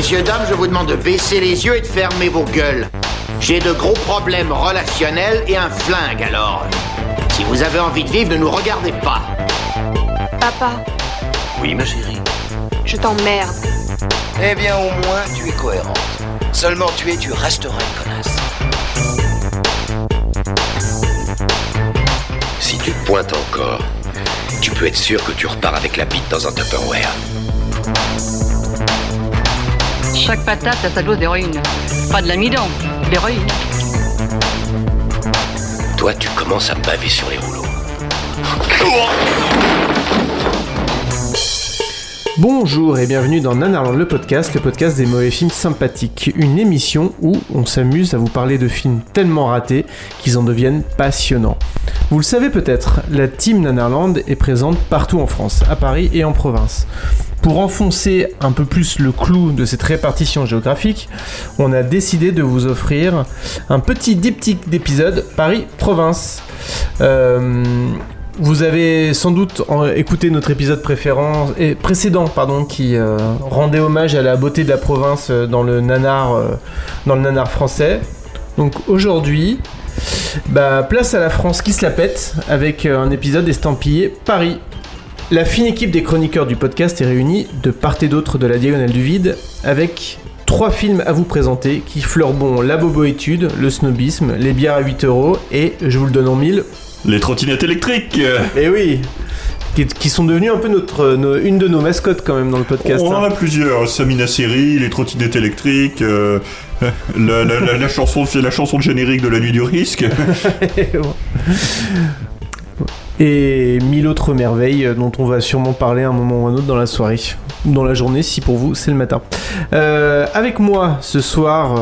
Messieurs, dames, je vous demande de baisser les yeux et de fermer vos gueules. J'ai de gros problèmes relationnels et un flingue, alors. Si vous avez envie de vivre, ne nous regardez pas. Papa. Oui, ma chérie. Je t'emmerde. Eh bien, au moins, tu es cohérente. Seulement tu resteras une connasse. Si tu pointes encore, tu peux être sûr que tu repars avec la bite dans un Tupperware. Chaque patate a sa dose d'héroïne. Pas de l'amidon, d'héroïne. Toi, tu commences à me baver sur les rouleaux. Bonjour et bienvenue dans Nanarland, le podcast des mauvais films sympathiques. Une émission où on s'amuse à vous parler de films tellement ratés qu'ils en deviennent passionnants. Vous le savez peut-être, la team Nanarland est présente partout en France, à Paris et en province. Pour enfoncer un peu plus le clou de cette répartition géographique, on a décidé de vous offrir un petit diptyque d'épisodes Paris-Province. Vous avez sans doute écouté notre épisode précédent qui rendait hommage à la beauté de la province dans le nanar français. Donc aujourd'hui, place à la France qui se la pète avec un épisode estampillé Paris. La fine équipe des chroniqueurs du podcast est réunie de part et d'autre de la diagonale du vide avec 3 films à vous présenter qui fleurent la bobo-étude, le snobisme, les bières à 8€ et, je vous le donne en mille, les trottinettes électriques. Eh oui, qui sont devenus un peu une de nos mascottes quand même dans le podcast. On en a plusieurs, Samina Seri, les trottinettes électriques, la chanson de générique de La Nuit du Risque. Et 1000 autres merveilles dont on va sûrement parler à un moment ou un autre dans la soirée, dans la journée si pour vous c'est le matin. Avec moi ce soir,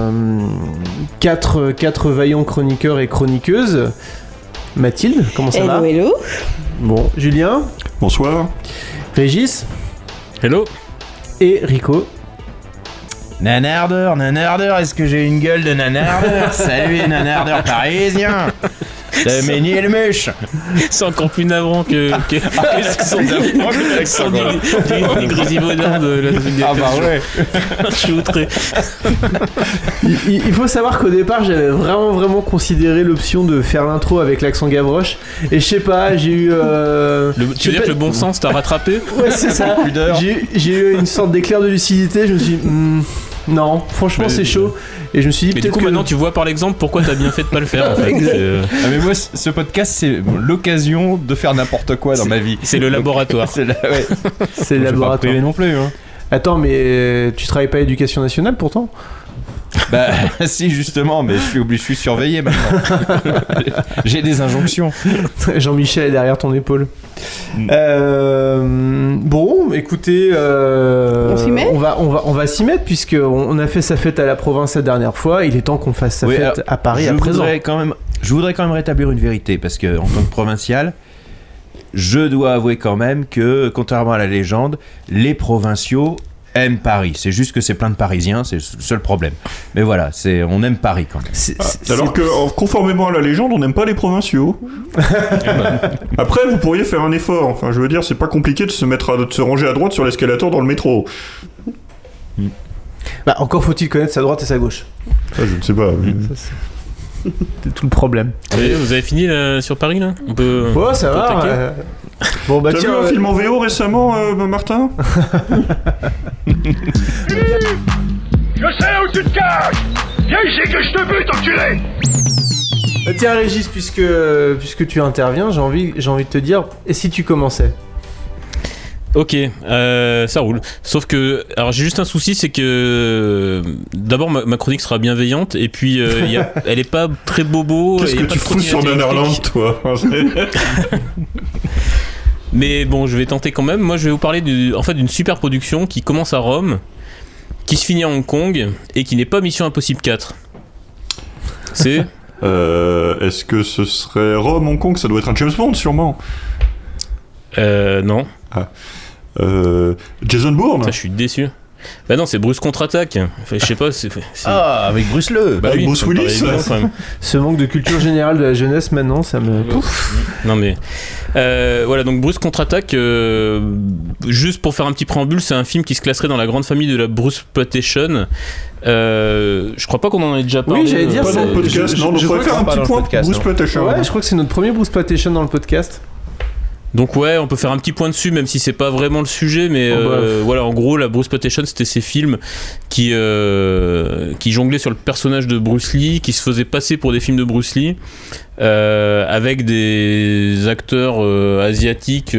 4 vaillants chroniqueurs et chroniqueuses. Mathilde, comment ça va ? Hello. Bon, Julien. Bonsoir. Régis. Hello. Et Rico. Nanardeur, est-ce que j'ai une gueule de nanardeur ? Salut les nanardeurs parisiens. C'est Méni et le mèche. C'est encore plus navrant que son du Grésivaudin de la semaine dernière. Ah bah ouais. Je suis outré. Il faut savoir qu'au départ j'avais vraiment considéré l'option de faire l'intro avec l'accent Gavroche et je sais pas, j'ai eu tu veux dire que le bon sens t'a rattrapé ? Ouais, c'est ça. J'ai eu une sorte d'éclair de lucidité, je me suis dit non, franchement c'est chaud. Et je me suis dit, mais du coup, maintenant tu vois par l'exemple pourquoi t'as bien fait de pas le faire en fait. Mais moi, ce podcast, c'est l'occasion de faire n'importe quoi dans ma vie. C'est le laboratoire. C'est le laboratoire. Pas privé non plus. Hein. Attends, mais tu travailles pas à l'Éducation nationale pourtant ? Bah si justement, mais je suis surveillé maintenant. J'ai des injonctions. Jean-Michel est derrière ton épaule. Bon, écoutez, on s'y met ? on va s'y mettre puisque on a fait sa fête à la province la dernière fois. Il est temps qu'on fasse sa fête à Paris à présent. Je voudrais quand même rétablir une vérité parce que en tant que provincial, je dois avouer quand même que contrairement à la légende, les provinciaux aime Paris, c'est juste que c'est plein de Parisiens, c'est le seul problème. Mais voilà, on aime Paris quand même. Alors que, conformément à la légende, on n'aime pas les provinciaux. Après, vous pourriez faire un effort. Enfin, je veux dire, c'est pas compliqué de se ranger à droite sur l'escalator dans le métro. Encore faut-il connaître sa droite et sa gauche. Ça, je ne sais pas. Mais... c'est tout le problème. Vous avez fini sur Paris là ? On peut. Ouais, ça va. Bon, t'as vu un film en VO récemment, Martin ? Je sais où tu te caches. Viens ici que je te bute, enculé. Tiens Régis, puisque tu interviens, j'ai envie de te dire, et si tu commençais ? Ok, ça roule. Sauf que, alors j'ai juste un souci, c'est que d'abord ma chronique sera bienveillante et puis elle est pas très bobo. Qu'est-ce que tu fous sur Nanarland, toi ? Mais bon, je vais tenter quand même. Moi, je vais vous parler d'une super production qui commence à Rome, qui se finit à Hong Kong et qui n'est pas Mission Impossible 4. C'est est-ce que ce serait Rome, Hong Kong ? Ça doit être un James Bond, sûrement. Non. Jason Bourne ? Ça, je suis déçu. Bah non, c'est Bruce contre-attaque. Enfin, je sais pas, c'est... Ah, avec Bruce Lee. Bah oui, Bruce ça me paraît Willis, évident, quand même. Ce manque de culture générale de la jeunesse maintenant, ça me... Non mais voilà, donc Bruce contre-attaque, juste pour faire un petit préambule, c'est un film qui se classerait dans la grande famille de la Bruceploitation. Je crois pas qu'on en ait déjà parlé. Oui, j'allais dire, Pas dans le podcast, non, je on pourrait crois faire que un c'est petit point Bruceploitation. Ouais, je crois que c'est notre premier Bruceploitation dans le podcast. Donc ouais, on peut faire un petit point dessus, même si c'est pas vraiment le sujet, mais voilà, en gros, la Bruceploitation, c'était ces films qui jonglaient sur le personnage de Bruce Lee, qui se faisaient passer pour des films de Bruce Lee, avec des acteurs asiatiques,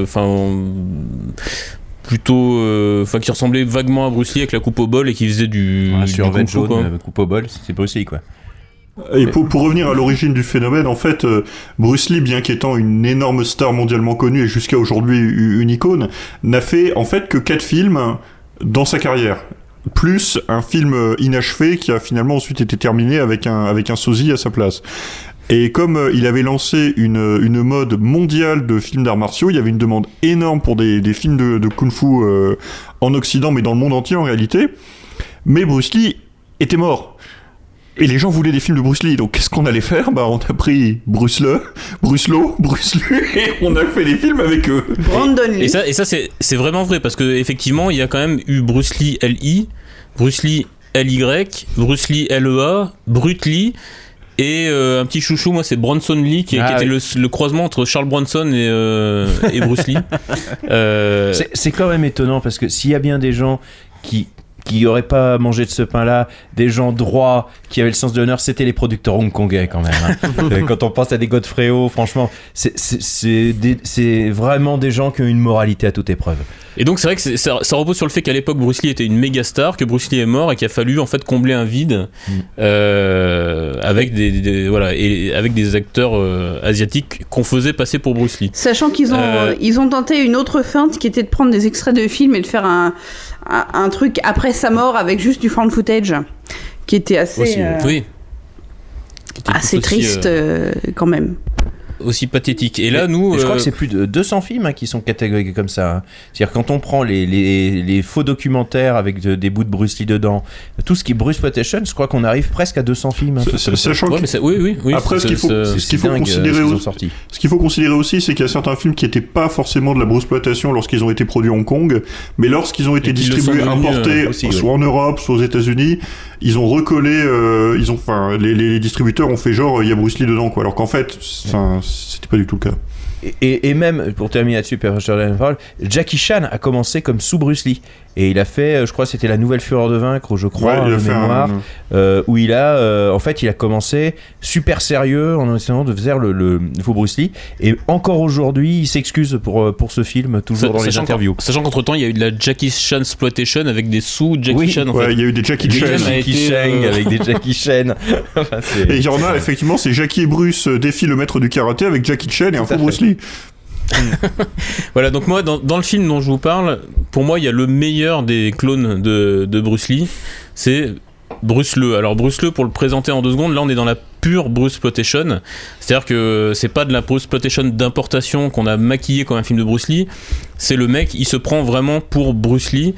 plutôt, qui ressemblaient vaguement à Bruce Lee avec la coupe au bol et qui faisaient du survêt kung fu, jaune, coupe au bol, c'est Bruce Lee, quoi. Et pour revenir à l'origine du phénomène, en fait, Bruce Lee, bien qu'étant une énorme star mondialement connue et jusqu'à aujourd'hui une icône, n'a fait en fait que 4 films dans sa carrière. Plus un film inachevé qui a finalement ensuite été terminé avec un sosie à sa place. Et comme il avait lancé une mode mondiale de films d'arts martiaux, il y avait une demande énorme pour des films de kung-fu en Occident, mais dans le monde entier en réalité. Mais Bruce Lee était mort. Et les gens voulaient des films de Bruce Lee, donc qu'est-ce qu'on allait faire ? Bah on a pris Bruce Lee, et on a fait des films avec eux. Brandon Lee. Et ça c'est vraiment vrai, parce que effectivement il y a quand même eu Bruce Lee L.I., Bruce Lee L.Y., Bruce Lee L.E.A., Brute Lee, et un petit chouchou, moi c'est Bronson Lee, qui était le croisement entre Charles Bronson et Bruce Lee. C'est quand même étonnant, parce que s'il y a bien des gens qui n'auraient pas mangé de ce pain-là, des gens droits, qui avaient le sens de l'honneur, c'était les producteurs hongkongais quand même. Hein. Quand on pense à des Godfrey-O, franchement, c'est vraiment des gens qui ont une moralité à toute épreuve. Et donc c'est vrai que ça repose sur le fait qu'à l'époque Bruce Lee était une méga star, que Bruce Lee est mort et qu'il a fallu en fait combler un vide avec avec des acteurs asiatiques qu'on faisait passer pour Bruce Lee. Sachant qu'ils ont tenté une autre feinte qui était de prendre des extraits de films et de faire un truc après sa mort avec juste du found footage qui était assez assez triste quand même. Aussi pathétique. Et là, nous... Je crois que c'est plus de 200 films qui sont catalogués comme ça. Hein. C'est-à-dire quand on prend les faux documentaires avec des bouts de Bruce Lee dedans, tout ce qui est Bruceploitation, je crois qu'on arrive presque à 200 films. Sachant que... Oui. Après, ce qu'il faut considérer aussi, c'est qu'il y a certains films qui n'étaient pas forcement de la Bruceploitation lorsqu'ils ont été produits à Hong Kong, mais lorsqu'ils ont été distribués, importés, soit en Europe, soit aux États-Unis, ils ont recollé, les distributeurs ont fait genre, il y a Bruce Lee dedans, quoi. Alors qu'en fait, c'était pas du tout le cas. Et même, pour terminer là-dessus, Jackie Chan a commencé comme sous Bruce Lee. Et il a fait, je crois que c'était La Nouvelle Fureur de Vaincre, je crois, de mémoire, où il a commencé super sérieux en essayant de faire le faux Bruce Lee. Et encore aujourd'hui, il s'excuse pour ce film, toujours dans les interviews. Sachant qu'entre-temps, il y a eu de la Jackie Chan exploitation avec des sous-Jackie Chan, en fait. Il y a eu des Jackie Chan. Avec des Jackie Chan. Et il y en a, effectivement, c'est Jackie et Bruce défient le maître du karaté avec Jackie Chan et un faux Bruce Lee. Voilà, donc moi dans le film dont je vous parle, pour moi il y a le meilleur des clones de Bruce Lee, c'est Bruce Lee. Alors Bruce Lee, pour le présenter en 2 secondes, là on est dans la pure Bruceploitation, c'est-à-dire que c'est pas de la Bruceploitation d'importation qu'on a maquillé comme un film de Bruce Lee, c'est le mec, il se prend vraiment pour Bruce Lee.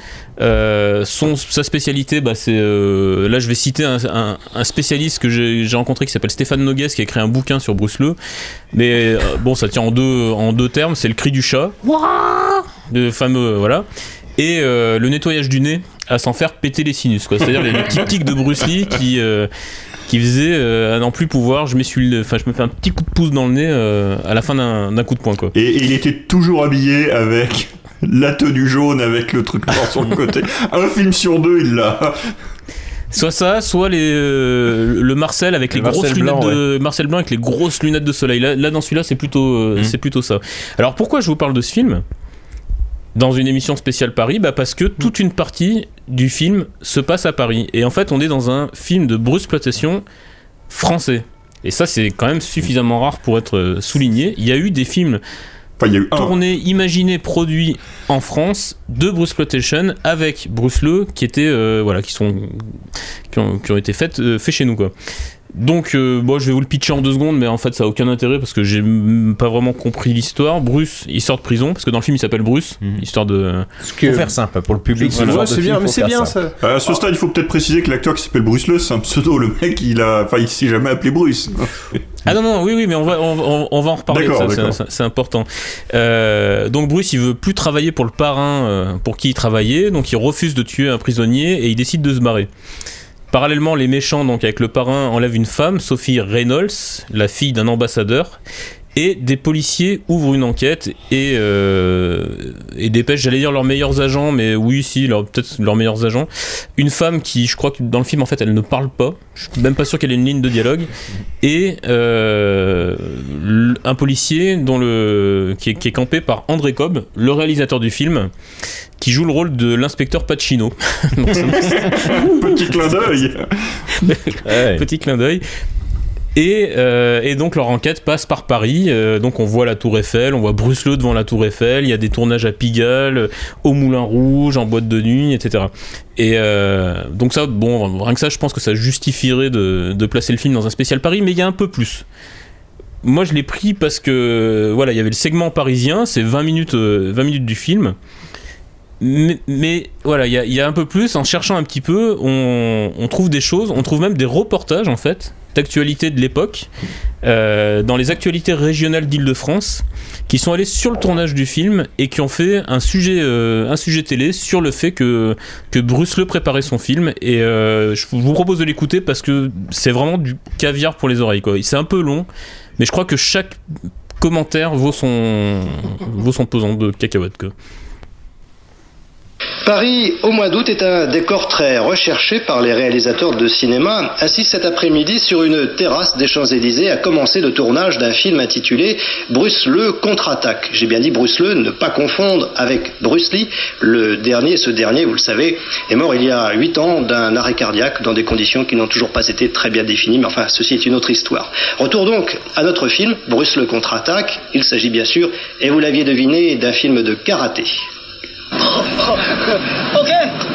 Sa spécialité, c'est là je vais citer un spécialiste que j'ai rencontré qui s'appelle Stéphane Noguès, qui a écrit un bouquin sur Bruce Lee, mais ça tient en deux termes, c'est le cri du chat, le fameux, voilà, et le nettoyage du nez à s'en faire péter les sinus, quoi. C'est-à-dire les petits tics de Bruce Lee qui faisait à n'en plus pouvoir, je me fais un petit coup de pouce dans le nez à la fin d'un coup de poing, quoi. Et il était toujours habillé avec la tenue jaune avec le truc noir sur le côté. Un film sur 2, il l'a. Soit ça, soit le Marcel avec les grosses lunettes de Marcel Blanc avec les grosses lunettes de soleil. Là dans celui-là, c'est plutôt ça. Alors pourquoi je vous parle de ce film dans une émission spéciale Paris? Parce que toute une partie du film se passe à Paris. Et en fait, on est dans un film de Bruceploitation français. Et ça, c'est quand même suffisamment rare pour être souligné. Il y a eu des films tournés, imaginés, produits en France de Bruceploitation avec Bruce Lee qui étaient qui ont été faits chez nous, quoi. Donc, bon, je vais vous le pitcher en 2 secondes, mais en fait, ça a aucun intérêt parce que j'ai pas vraiment compris l'histoire. Bruce, il sort de prison parce que dans le film, il s'appelle Bruce, histoire de. Pour faire simple, pour le public. C'est bien, mais c'est bien ça. À ce stade, il faut peut-être préciser que l'acteur qui s'appelle Bruce Le, c'est un pseudo. Le mec, il s'est jamais appelé Bruce. Ah non, oui, mais on va en reparler. Ça, c'est important. Donc Bruce, il veut plus travailler pour le parrain pour qui il travaillait, donc il refuse de tuer un prisonnier et il décide de se barrer. Parallèlement, les méchants, donc avec le parrain, enlèvent une femme, Sophie Reynolds, la fille d'un ambassadeur, et des policiers ouvrent une enquête et dépêchent, j'allais dire leurs meilleurs agents, mais oui, peut-être leurs meilleurs agents. Une femme qui, je crois que dans le film, en fait, elle ne parle pas. Je suis même pas sûr qu'elle ait une ligne de dialogue. Et un policier qui est campé par André Cobb, le réalisateur du film, qui joue le rôle de l'inspecteur Pacino. Petit clin d'œil. Petit clin d'œil. Et donc leur enquête passe par Paris, donc on voit la Tour Eiffel, on voit Bruce Le devant la Tour Eiffel, il y a des tournages à Pigalle, au Moulin Rouge, en boîte de nuit, etc. Et donc ça, bon, rien que ça, je pense que ça justifierait de placer le film dans un spécial Paris, mais il y a un peu plus. Moi je l'ai pris parce que, voilà, il y avait le segment parisien, c'est 20 minutes du film. Mais voilà, il y a un peu plus. En cherchant un petit peu, on trouve des choses, on trouve même des reportages en fait d'actualité de l'époque dans les actualités régionales d'Île-de-France qui sont allés sur le tournage du film et qui ont fait un sujet télé sur le fait que Bruce Le préparait son film. Et je vous propose de l'écouter parce que c'est vraiment du caviar pour les oreilles, quoi. C'est un peu long, mais je crois que chaque commentaire vaut son pesant de cacahuètes, quoi. Paris, au mois d'août, est un décor très recherché par les réalisateurs de cinéma. Ainsi, cet après-midi, sur une terrasse des Champs-Élysées, a commencé le tournage d'un film intitulé Bruce Le contre-attaque. J'ai bien dit Bruce Le, ne pas confondre avec Bruce Lee. Ce dernier, vous le savez, est mort il y a 8 ans d'un arrêt cardiaque dans des conditions qui n'ont toujours pas été très bien définies. Mais enfin, ceci est une autre histoire. Retour donc à notre film, Bruce Le contre-attaque. Il s'agit bien sûr, et vous l'aviez deviné, d'un film de karaté. Ok.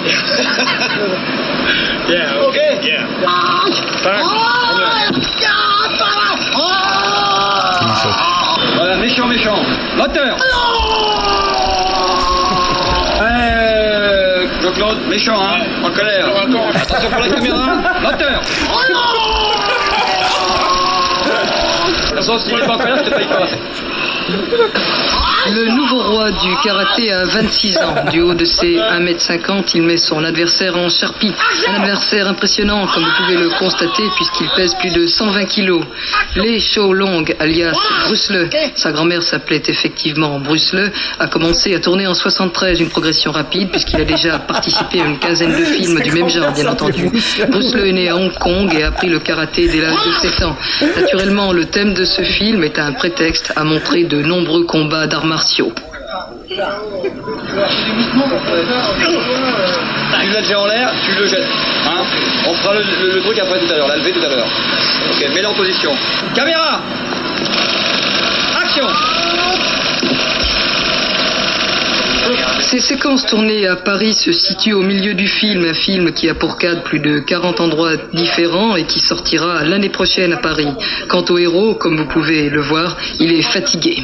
Yeah. Ok. Yeah. Voilà, méchant. Moteur. Jean-Claude, méchant, hein, en colère. Attention pour la caméra. Moteur. Attention, s'il n'est pas en colère, je te paye pas. Le nouveau roi du karaté a 26 ans. Du haut de ses 1m50, il met son adversaire en charpie. Un adversaire impressionnant, comme vous pouvez le constater, puisqu'il pèse plus de 120 kilos. Lee Shao-long, alias Bruce Le, sa grand-mère s'appelait effectivement Bruce Le, a commencé à tourner en 73, une progression rapide, puisqu'il a déjà participé à une quinzaine de films du même genre, bien entendu. Bruce Le est né à Hong Kong et a appris le karaté dès l'âge de 7 ans. Naturellement, le thème de ce film est un prétexte à montrer de nombreux combats d'arts martiaux. Tu l'as déjà en l'air, tu le jettes. Hein, on fera le truc après tout à l'heure, la levée tout à l'heure. Ok, mets-le en position. Caméra. Action. Ces séquences tournées à Paris se situent au milieu du film, un film qui a pour cadre plus de 40 endroits différents et qui sortira l'année prochaine à Paris. Quant au héros, comme vous pouvez le voir, il est fatigué.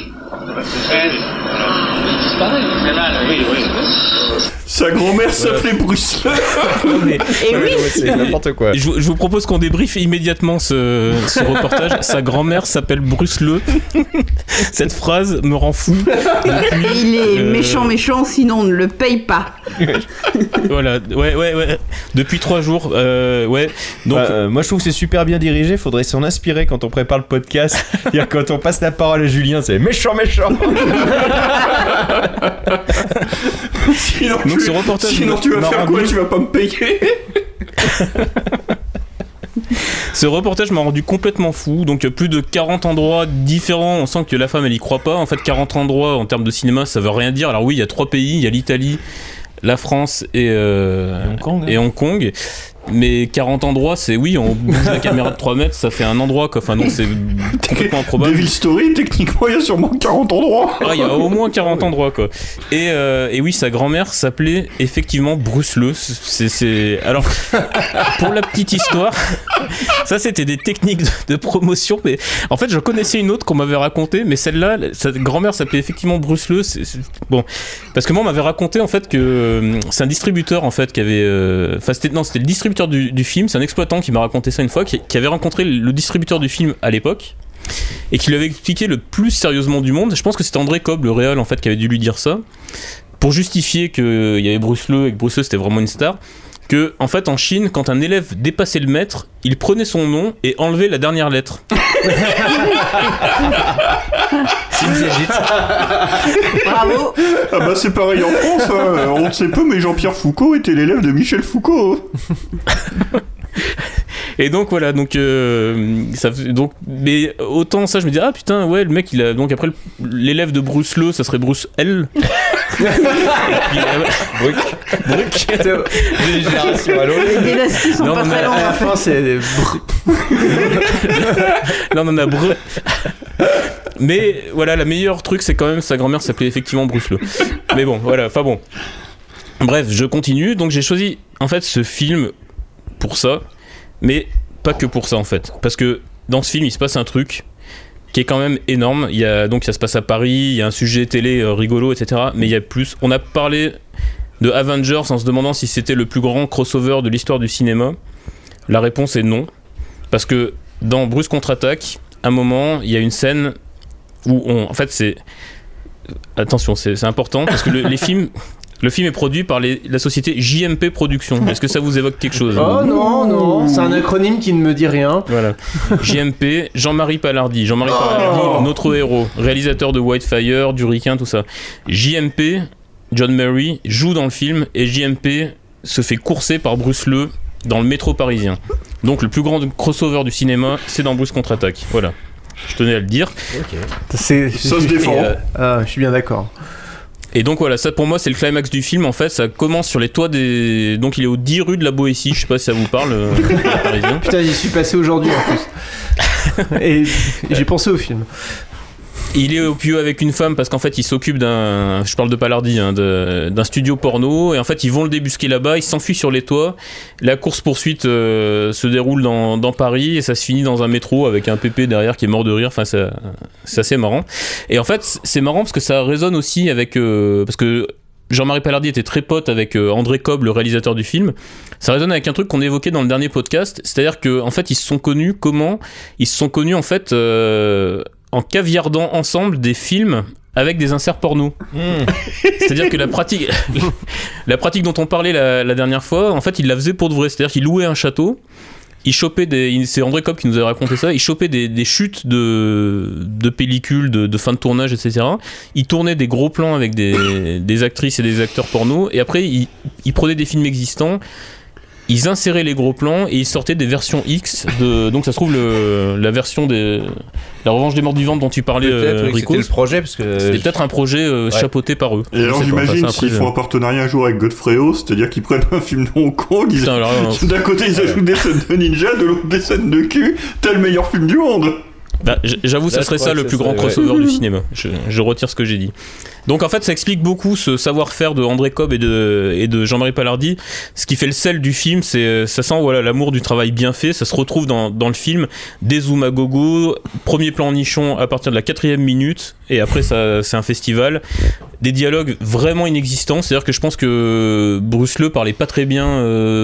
Sa grand-mère s'appelait Bruce Le. Et oui, c'est n'importe quoi. Je vous propose qu'on débriefe immédiatement ce reportage. Sa grand-mère s'appelle Bruce Le. Cette phrase me rend fou. Il est méchant, sinon on ne le paye pas. Voilà, ouais. Depuis 3 jours, ouais. Donc, moi je trouve que c'est super bien dirigé. Faudrait s'en inspirer quand on prépare le podcast. C'est-à-dire quand on passe la parole à Julien, c'est méchant. Sinon tu vas faire quoi? Tu vas pas me payer? Ce reportage m'a rendu complètement fou. Donc plus de 40 endroits différents. On sent que la femme elle y croit pas. En fait 40 endroits en termes de cinéma ça veut rien dire. Alors oui il y a 3 pays. Il y a l'Italie, la France et Hong Kong. Mais 40 endroits, c'est oui, on bouge la caméra de 3 mètres, ça fait un endroit quoi. Enfin non, c'est complètement improbable. Devil Story, techniquement, il y a sûrement 40 endroits. Ah, il y a au moins 40 endroits quoi. Et oui, sa grand-mère s'appelait effectivement Bruce Lee. Alors, pour la petite histoire, ça c'était des techniques de promotion, mais en fait, je connaissais une autre qu'on m'avait racontée, mais celle-là, sa grand-mère s'appelait effectivement Bruce Lee. Bon, parce que moi, on m'avait raconté en fait que c'est un distributeur en fait qui avait. C'était le distributeur du film, c'est un exploitant qui m'a raconté ça une fois, qui avait rencontré le distributeur du film à l'époque et qui lui avait expliqué le plus sérieusement du monde. Je pense que c'était André Cobb, le réal en fait, qui avait dû lui dire ça pour justifier qu'il y avait Bruce Lee et que Bruce Lee c'était vraiment une star. Que en fait en Chine, quand un élève dépassait le maître, il prenait son nom et enlevait la dernière lettre. Bravo. Ah bah c'est pareil en France, hein. On ne sait peu, mais Jean-Pierre Foucault était l'élève de Michel Foucault. Et donc voilà, donc mais autant ça je me dis ah putain ouais le mec il a donc après l'élève de Bruce Lee ça serait Bruce L. Bruck. Des générations à l'autre. Les dynasties sont pas très longues. À la fin c'est là on en a Bruck. Mais voilà, la meilleure truc c'est quand même sa grand-mère s'appelait effectivement Bruce Lee. Mais bon voilà, enfin bon. Bref, je continue. Donc j'ai choisi en fait ce film pour ça. Mais pas que pour ça en fait, parce que dans ce film il se passe un truc qui est quand même énorme. Donc ça se passe à Paris, il y a un sujet télé rigolo, etc. Mais il y a plus. On a parlé de Avengers en se demandant si c'était le plus grand crossover de l'histoire du cinéma. La réponse est non, parce que dans Bruce contre-attaque, à un moment il y a une scène où en fait c'est attention, c'est important parce que le film est produit par la société JMP Productions. Est-ce que ça vous évoque quelque chose? Oh non, c'est un acronyme qui ne me dit rien. Voilà. JMP, Jean-Marie Palardy. Jean-Marie Palardy, notre héros, réalisateur de Whitefire, du Ricain, tout ça. JMP, John Murray, joue dans le film et JMP se fait courser par Bruce Lee dans le métro parisien. Donc le plus grand crossover du cinéma, c'est dans Bruce contre-attaque. Voilà. Je tenais à le dire. Okay. Ça se défend. Je suis bien d'accord. Et donc voilà, ça pour moi c'est le climax du film. En fait, ça commence sur les toits des. Donc il est aux 10 rues de la Boétie, je sais pas si ça vous parle, parisien. Putain, j'y suis passé aujourd'hui en plus. Et j'ai pensé au film. Il est au pieu avec une femme parce qu'en fait il s'occupe je parle de Palardy, d'un studio porno, et en fait ils vont le débusquer là-bas, il s'enfuit sur les toits. La course-poursuite se déroule dans Paris et ça se finit dans un métro avec un pépé derrière qui est mort de rire, enfin c'est assez marrant. Et en fait c'est marrant parce que ça résonne aussi avec... parce que Jean-Marie Palardy était très pote avec André Cobb, le réalisateur du film. Ça résonne avec un truc qu'on évoquait dans le dernier podcast, c'est-à-dire qu'en fait ils se sont connus en fait... en caviardant ensemble des films avec des inserts porno. C'est-à-dire que la pratique dont on parlait la dernière fois, en fait, il la faisait pour de vrai. C'est-à-dire qu'il louait un château, il chopait c'est André Cobb qui nous avait raconté ça, il chopait des chutes de pellicules, de fin de tournage, etc. Il tournait des gros plans avec des actrices et des acteurs porno, et après, il prenait des films existants, ils inséraient les gros plans et ils sortaient des versions X donc ça se trouve la version La Revanche des Morts Vivantes dont tu parlais, Rico. C'était le projet parce que c'était peut-être un projet chapeauté par eux. Et alors j'imagine s'ils font un partenariat un jour avec Godfrey, c'est-à-dire qu'ils prennent un film de Hong Kong, d'un côté ils ajoutent des scènes de ninja, de l'autre des scènes de cul, tel meilleur film du monde. Bah, j'avoue, ça serait ça le plus grand crossover du cinéma. Je retire ce que j'ai dit. Donc en fait, ça explique beaucoup ce savoir-faire de André Cobb et de Jean-Marie Palardy. Ce qui fait le sel du film, c'est ça sent l'amour du travail bien fait. Ça se retrouve dans le film. Des zooms à gogo, premier plan nichon à partir de la 4e minute, et après ça, c'est un festival. Des dialogues vraiment inexistants. C'est-à-dire que je pense que Bruce Lee parlait pas très bien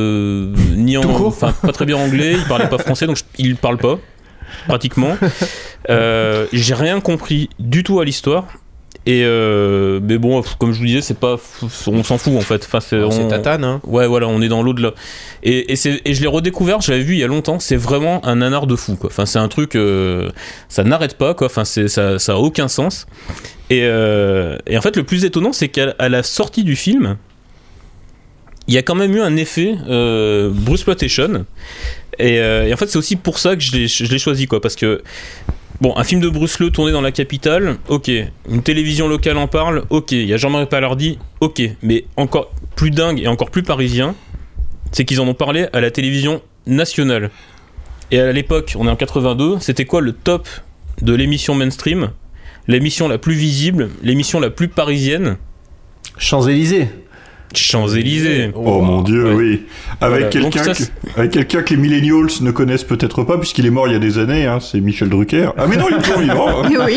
pas très bien anglais. Il parlait pas français, donc il parle pas. Pratiquement. J'ai rien compris du tout à l'histoire. Et mais bon, comme je vous disais, c'est pas, on s'en fout en fait. Enfin, c'est tatane, hein. Ouais, voilà, on est dans l'au-delà. Et je l'ai redécouvert, je l'avais vu il y a longtemps. C'est vraiment un nanar de fou, quoi. Enfin, c'est un truc, ça n'arrête pas, quoi. Enfin, ça a aucun sens. Et en fait, le plus étonnant, c'est qu'à la sortie du film, il y a quand même eu un effet Bruceploitation. Et en fait, c'est aussi pour ça que je l'ai choisi, quoi, parce que bon, un film de Bruce Lee tourné dans la capitale, ok. Une télévision locale en parle, ok. Il y a Jean-Marie Palardy, ok. Mais encore plus dingue et encore plus parisien, c'est qu'ils en ont parlé à la télévision nationale. Et à l'époque, on est en 82, c'était quoi le top de l'émission mainstream? L'émission la plus visible, l'émission la plus parisienne? Champs-Élysées. Oh mon Dieu, oui. Avec Voilà. quelqu'un que les millennials ne connaissent peut-être pas, puisqu'il est mort il y a des années, hein, c'est Michel Drucker. Ah mais non, il est toujours vivant. Oui.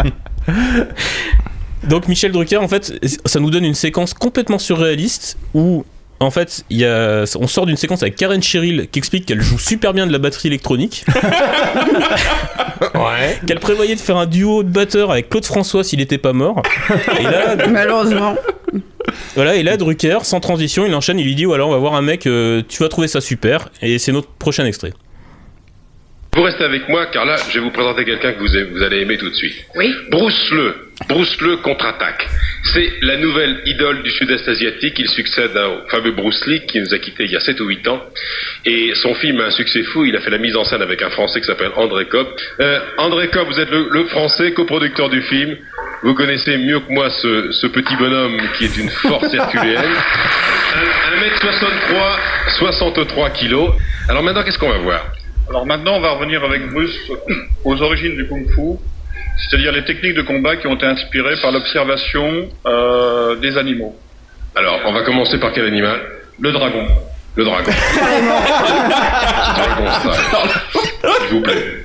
Donc Michel Drucker, en fait, ça nous donne une séquence complètement surréaliste où, en fait, on sort d'une séquence avec Karen Cheryl qui explique qu'elle joue super bien de la batterie électronique. Ouais. Qu'elle prévoyait de faire un duo de batteurs avec Claude François s'il était pas mort. Et là, malheureusement. Voilà, et là, Drucker, sans transition, il enchaîne, il lui dit voilà, on va voir un mec, tu vas trouver ça super, et c'est notre prochain extrait. Vous restez avec moi, car là, je vais vous présenter quelqu'un que vous allez aimer tout de suite. Oui. Bruce Lee contre-attaque. C'est la nouvelle idole du sud-est asiatique. Il succède au fameux Bruce Lee qui nous a quittés il y a 7 ou 8 ans. Et son film a un succès fou. Il a fait la mise en scène avec un Français qui s'appelle André Kopp. André Kopp, vous êtes le Français coproducteur du film. Vous connaissez mieux que moi ce petit bonhomme qui est une force herculéenne. 1m63, 63 kilos. Alors maintenant, qu'est-ce qu'on va voir ? Alors maintenant, on va revenir avec Bruce aux origines du Kung Fu, c'est-à-dire les techniques de combat qui ont été inspirées par l'observation des animaux. Alors, on va commencer par quel animal ? Le dragon. Le dragon. Dragon style. S'il vous plaît.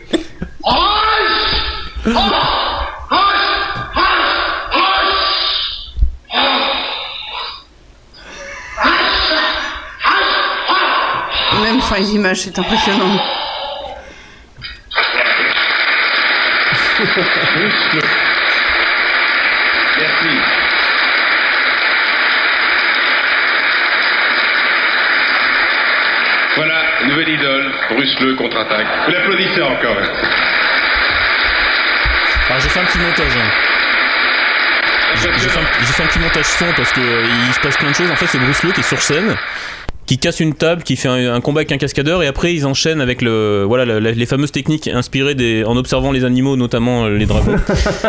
Même sans les images, c'est impressionnant. Merci. Voilà, nouvelle idole, Bruce Lee contre-attaque. Vous l'applaudissez encore. Alors j'ai fait un petit montage. J'ai fait un petit montage son parce que il se passe plein de choses. En fait, c'est Bruce Lee qui est sur scène, qui casse une table, qui fait un combat avec un cascadeur, et après ils enchaînent avec les fameuses techniques inspirées en observant les animaux, notamment les dragons.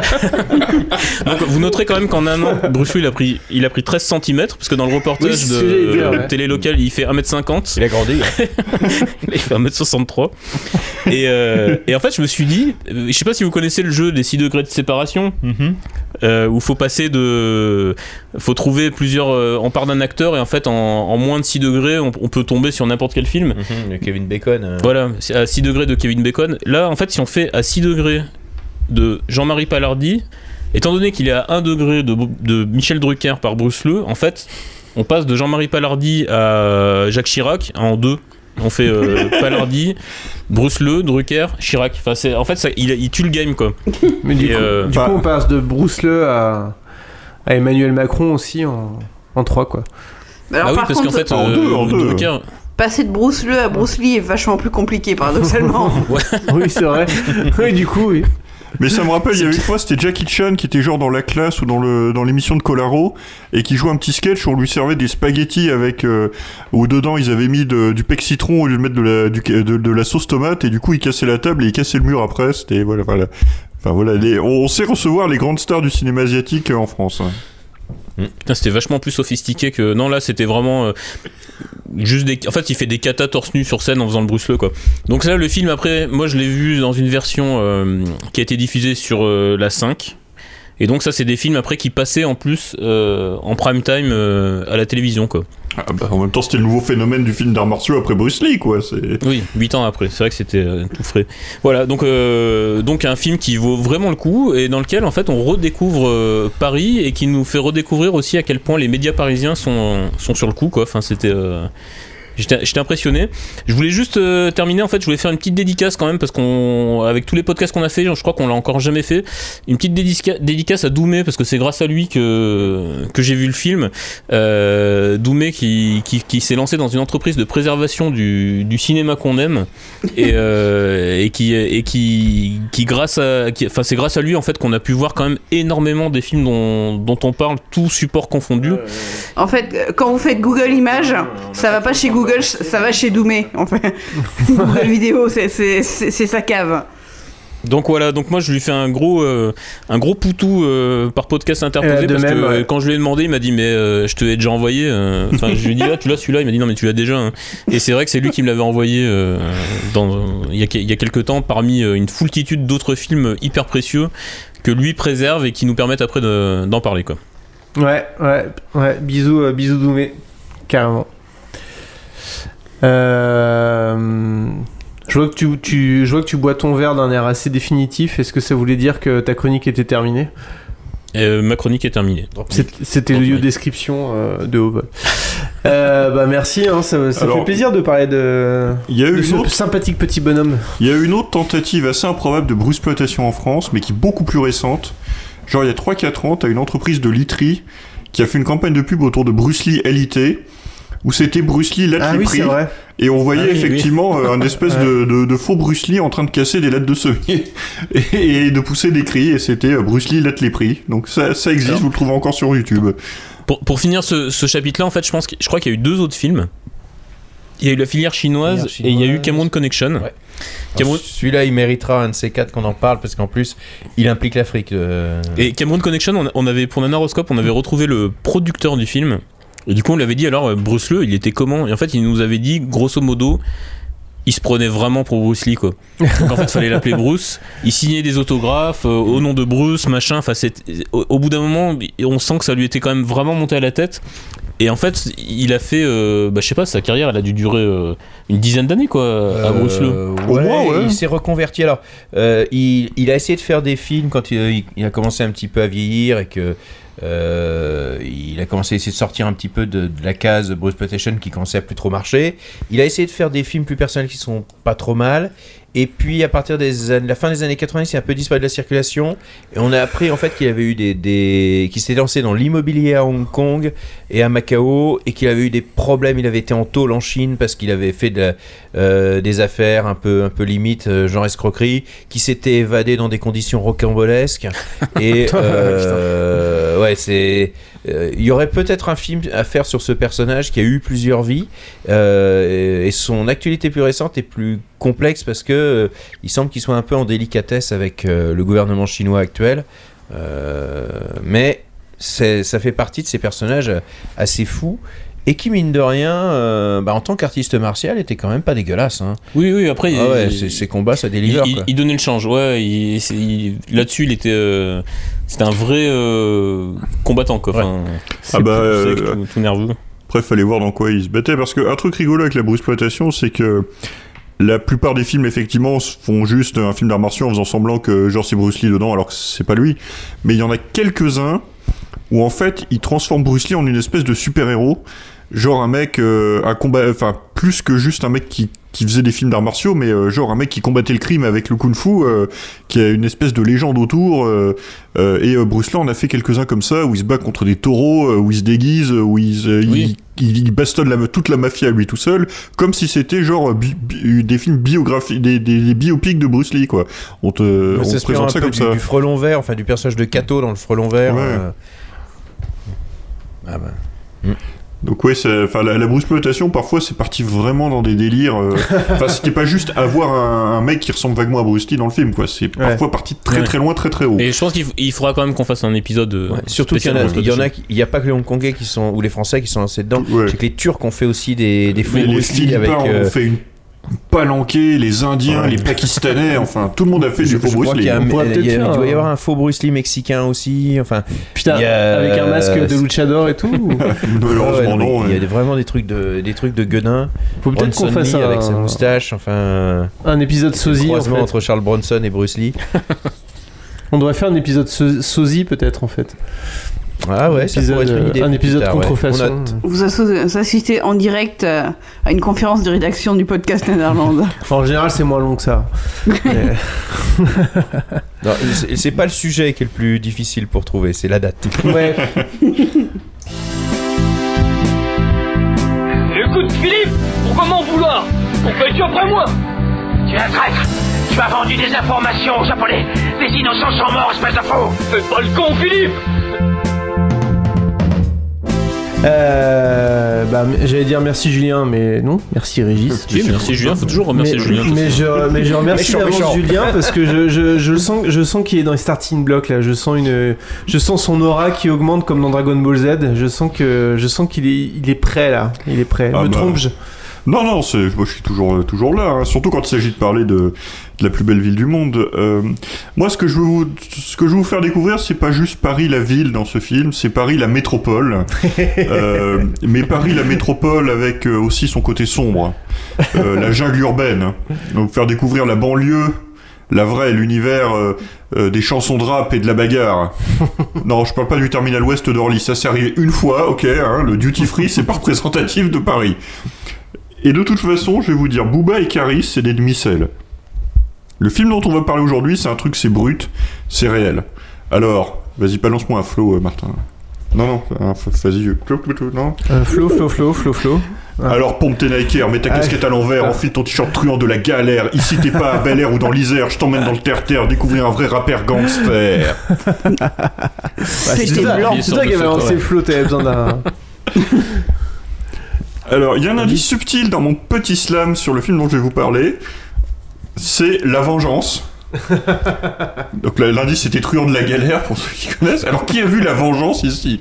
Donc vous noterez quand même qu'en un an, Bruce Lee il a pris 13 cm, parce que dans le reportage de télé locale, il fait 1m50. Il a grandi. Il fait 1m63. Et en fait, je me suis dit, je sais pas si vous connaissez le jeu des 6 degrés de séparation, où faut trouver plusieurs. On part d'un acteur, et en fait, en moins de 6 degrés, on peut tomber sur n'importe quel film. De Kevin Bacon. Voilà, à 6 degrés de Kevin Bacon. Là, en fait, si on fait à 6 degrés de Jean-Marie Palardi, étant donné qu'il est à 1 degré de Michel Drucker par Bruce Lee, en fait, on passe de Jean-Marie Palardi à Jacques Chirac en 2. On fait Palardi, Bruce Lee, Drucker, Chirac. Enfin, il tue le game, quoi. Mais du coup, on passe de Bruce Lee à Emmanuel Macron aussi en 3, quoi. Alors, oui, parce qu'en fait, Drucker... Passer de Bruce Lee à Bruce Lee est vachement plus compliqué, paradoxalement. Ouais. Oui, c'est vrai. Oui, du coup, oui. Mais ça me rappelle, il y a une fois, c'était Jackie Chan qui était genre dans la classe ou dans l'émission de Colaro, et qui jouait un petit sketch où on lui servait des spaghettis avec où dedans ils avaient mis du pec citron au lieu de mettre de la sauce tomate, et du coup il cassait la table et il cassait le mur après. C'était voilà. Enfin voilà, on sait recevoir les grandes stars du cinéma asiatique en France. Hein. Putain, c'était vachement plus sophistiqué que... Non, là, c'était vraiment... juste En fait, il fait des katas torse nu sur scène en faisant le Bruce Lee, quoi. Donc là, le film, après, moi, je l'ai vu dans une version qui a été diffusée sur la 5. Et donc ça, c'est des films, après, qui passaient en plus en prime time à la télévision, quoi. Ah bah, en même temps, c'était le nouveau phénomène du film d'arts martiaux après Bruce Lee, quoi. Oui, 8 ans après. C'est vrai que c'était tout frais. Voilà, donc un film qui vaut vraiment le coup, et dans lequel, en fait, on redécouvre Paris, et qui nous fait redécouvrir aussi à quel point les médias parisiens sont sur le coup, quoi. Enfin, c'était... J'étais impressionné. Je voulais juste terminer, en fait, je voulais faire une petite dédicace quand même, parce avec tous les podcasts qu'on a fait, je crois qu'on l'a encore jamais fait, une petite dédicace à Doumé, parce que c'est grâce à lui que j'ai vu le film. Doumé qui s'est lancé dans une entreprise de préservation du cinéma qu'on aime, et qui c'est grâce à lui, en fait, qu'on a pu voir quand même énormément des films dont on parle, tout support confondu. En fait, quand vous faites Google Images, ça va pas chez Google, ça va chez Doumé, en fait. Google Vidéo, c'est sa cave. Donc voilà, donc moi je lui fais un gros poutou par podcast interposé parce même, que quand je lui ai demandé, il m'a dit mais je te l'ai déjà envoyé. Enfin je lui ai dit tu l'as celui-là, il m'a dit non mais tu l'as déjà. Hein. Et c'est vrai que c'est lui qui me l'avait envoyé il y a quelques temps parmi une foultitude d'autres films hyper précieux que lui préserve et qui nous permettent après d'en parler quoi. Ouais, bisous Doumé, carrément. Je vois que tu bois ton verre d'un air assez définitif. Est-ce que ça voulait dire que ta chronique était terminée ? Ma chronique est terminée. C'était l'audio description de haut vol. Merci, hein, ça fait plaisir de parler de ce sympathique petit bonhomme. Il y a une autre tentative assez improbable de bruxploitation en France, mais qui est beaucoup plus récente. Genre il y a 3-4 ans, t'as une entreprise de literie qui a fait une campagne de pub autour de Bruce Lee LIT, où c'était Bruce Lee latte les prix, et on voyait effectivement un espèce de faux Bruce Lee en train de casser des lattes de semier et de pousser des cris, et c'était Bruce Lee latte les prix. Donc ça existe, vous le trouvez encore sur YouTube. Pour finir ce chapitre-là, en fait, je crois qu'il y a eu 2 autres films. Il y a eu la filière chinoise et il y a eu Cameroun Connection. Ouais. Celui-là, il méritera un de ces 4 qu'on en parle parce qu'en plus, il implique l'Afrique. Et Cameroun Connection, on avait pour Nanaroscope, on avait retrouvé le producteur du film. Et du coup, on lui avait dit alors, Bruce Lee, il était comment ? Et en fait, il nous avait dit, grosso modo, il se prenait vraiment pour Bruce Lee, quoi. Donc en fait, il fallait l'appeler Bruce. Il signait des autographes au nom de Bruce, machin. Enfin, au bout d'un moment, on sent que ça lui était quand même vraiment monté à la tête. Et en fait, il a fait, je sais pas, sa carrière, elle a dû durer une dizaine d'années, quoi, à Bruce Lee. Au moins, il s'est reconverti. Alors, il a essayé de faire des films quand il a commencé un petit peu à vieillir et que il a commencé à essayer de sortir un petit peu de la case Bruxploitation qui commençait à plus trop marcher. Il a essayé de faire des films plus personnels qui sont pas trop mal. Et puis à partir de la fin des années 90, il a un peu disparu de la circulation. Et on a appris en fait qu'il avait eu qu'il s'était lancé dans l'immobilier à Hong Kong et à Macao, et qu'il avait eu des problèmes. Il avait été en tôle en Chine parce qu'il avait fait des affaires un peu limite, genre escroquerie, qui s'était évadé dans des conditions rocambolesques. Et il y aurait peut-être un film à faire sur ce personnage qui a eu plusieurs vies, et son actualité plus récente est plus complexe parce que il semble qu'il soit un peu en délicatesse avec le gouvernement chinois actuel, mais ça fait partie de ces personnages assez fous et qui, mine de rien, en tant qu'artiste martial, était quand même pas dégueulasse. Hein. Oui, après... ses combats, ça délivre. Il donnait le change, là-dessus, il était... c'était un vrai combattant, quoi. Enfin, tout nerveux. Après, il fallait voir dans quoi il se battait, parce qu'un truc rigolo avec la bruxploitation, c'est que la plupart des films, effectivement, font juste un film d'arts martiaux en faisant semblant que genre c'est Bruce Lee dedans, alors que c'est pas lui. Mais il y en a quelques-uns où, en fait, ils transforment Bruce Lee en une espèce de super-héros. Genre un mec, un combat, enfin plus que juste un mec qui faisait des films d'arts martiaux, mais genre un mec qui combattait le crime avec le kung-fu, qui a une espèce de légende autour. Et Bruce Lee en a fait quelques-uns comme ça, où il se bat contre des taureaux, où il se déguise, où il bastonne toute la mafia à lui tout seul, comme si c'était genre des films biographiques, des biopics de Bruce Lee, quoi. On présente ça comme ça. Du frelon vert, enfin du personnage de Kato dans le frelon vert. Donc la bruxploitation, parfois c'est parti vraiment dans des délires. Enfin, c'était pas juste avoir un mec qui ressemble vaguement à Bruce Lee dans le film, quoi. C'est parfois parti de très très loin, très très haut. Et je pense qu'il faudra quand même qu'on fasse un épisode. Surtout qu'il il y a pas que les Hongkongais ou les Français qui sont lancés dedans. C'est que les Turcs ont fait aussi des fous Bruce Lee avec. On fait une Palanquais, les Indiens, les Pakistanais, enfin tout le monde a fait du faux Bruce Lee. Il doit y avoir un faux Bruce Lee mexicain aussi, enfin. Putain, avec un masque de luchador et tout. Non. Il y a vraiment des trucs de gueudin. Faut peut-être qu'on fasse avec sa moustache, enfin. Un épisode sosie croisement entre Charles Bronson et Bruce Lee. On devrait faire un épisode sosie peut-être en fait. Ah ouais, ça pourrait être une idée. Un épisode contrefaçon. Vous assistez en direct à une conférence de rédaction du podcast Netherland. En général, c'est moins long que ça. Non, c'est pas le sujet qui est le plus difficile pour trouver, c'est la date. Ouais. Écoute, Philippe, pourquoi m'en vouloir? Pourquoi es-tu après moi? Tu es un traître. Tu as vendu des informations aux Japonais. Des innocents sont morts, espèce de faux. Fais pas le con, Philippe. J'allais dire merci Julien, mais non, merci Régis. Oui, merci Julien, faut toujours remercier Julien. Mais je remercie Méchant. d'avance Julien parce que je sens qu'il est dans les starting blocks là. Je sens son aura qui augmente comme dans Dragon Ball Z. Je sens qu'il est prêt là. Il est prêt. Me trompe-je? Non, moi je suis toujours là, hein. Surtout quand il s'agit de parler de la plus belle ville du monde. Moi, ce que je veux vous faire découvrir, c'est pas juste Paris la ville dans ce film, c'est Paris la métropole. Mais Paris la métropole avec aussi son côté sombre, la jungle urbaine. Donc faire découvrir la banlieue, la vraie, l'univers des chansons de rap et de la bagarre. Non, je parle pas du terminal ouest d'Orly, ça s'est arrivé une fois, ok, hein, le duty free c'est pas représentatif de Paris. Et de toute façon, je vais vous dire, Booba et Caris, c'est des demi-sels. Le film dont on va parler aujourd'hui, c'est un truc, c'est brut, c'est réel. Alors, vas-y, balance-moi un flow, Martin. Non, vas-y, non. Flow. Ah. Alors, pompe tes Nike, mets ta casquette à l'envers, enfile ton t-shirt truand de la galère. Ici, t'es pas à Bel Air ou dans l'Isère, je t'emmène dans le terre-terre découvrir un vrai rappeur gangster. C'est toi qui avais lancé le flow, t'avais besoin d'un... Alors, il y a un indice subtil dans mon petit slam sur le film dont je vais vous parler. C'est La Vengeance. Donc l'indice c'était Truand de la galère pour ceux qui connaissent. Alors qui a vu La Vengeance ici?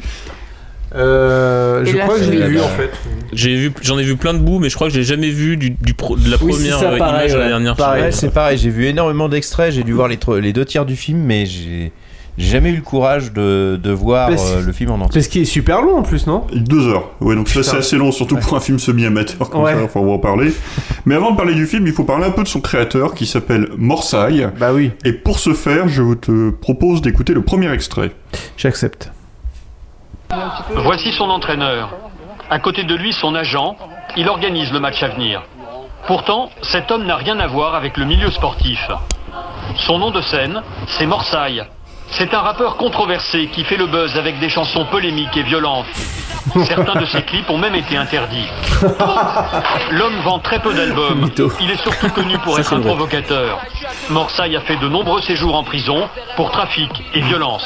Je crois que je l'ai vu en fait. J'en ai vu plein de bouts, mais je crois que j'ai jamais vu de la première image à la dernière. Pareil, c'est pareil, j'ai vu énormément d'extraits, j'ai dû voir les 2 tiers du film, mais j'ai jamais eu le courage de voir le film en entier. Parce qu'il est super long en plus, non? 2 heures. Ouais, donc ça c'est assez long, surtout pour un film semi-amateur comme ça, enfin on va en parler. Mais avant de parler du film, il faut parler un peu de son créateur qui s'appelle Morsaille. Bah oui. Et pour ce faire, je te propose d'écouter le premier extrait. J'accepte. Voici son entraîneur. À côté de lui, son agent. Il organise le match à venir. Pourtant, cet homme n'a rien à voir avec le milieu sportif. Son nom de scène, c'est Morsaille. C'est un rappeur controversé qui fait le buzz avec des chansons polémiques et violentes. Certains de ses clips ont même été interdits. L'homme vend très peu d'albums. Il est surtout connu pour être un provocateur. Morsaille a fait de nombreux séjours en prison pour trafic et violence.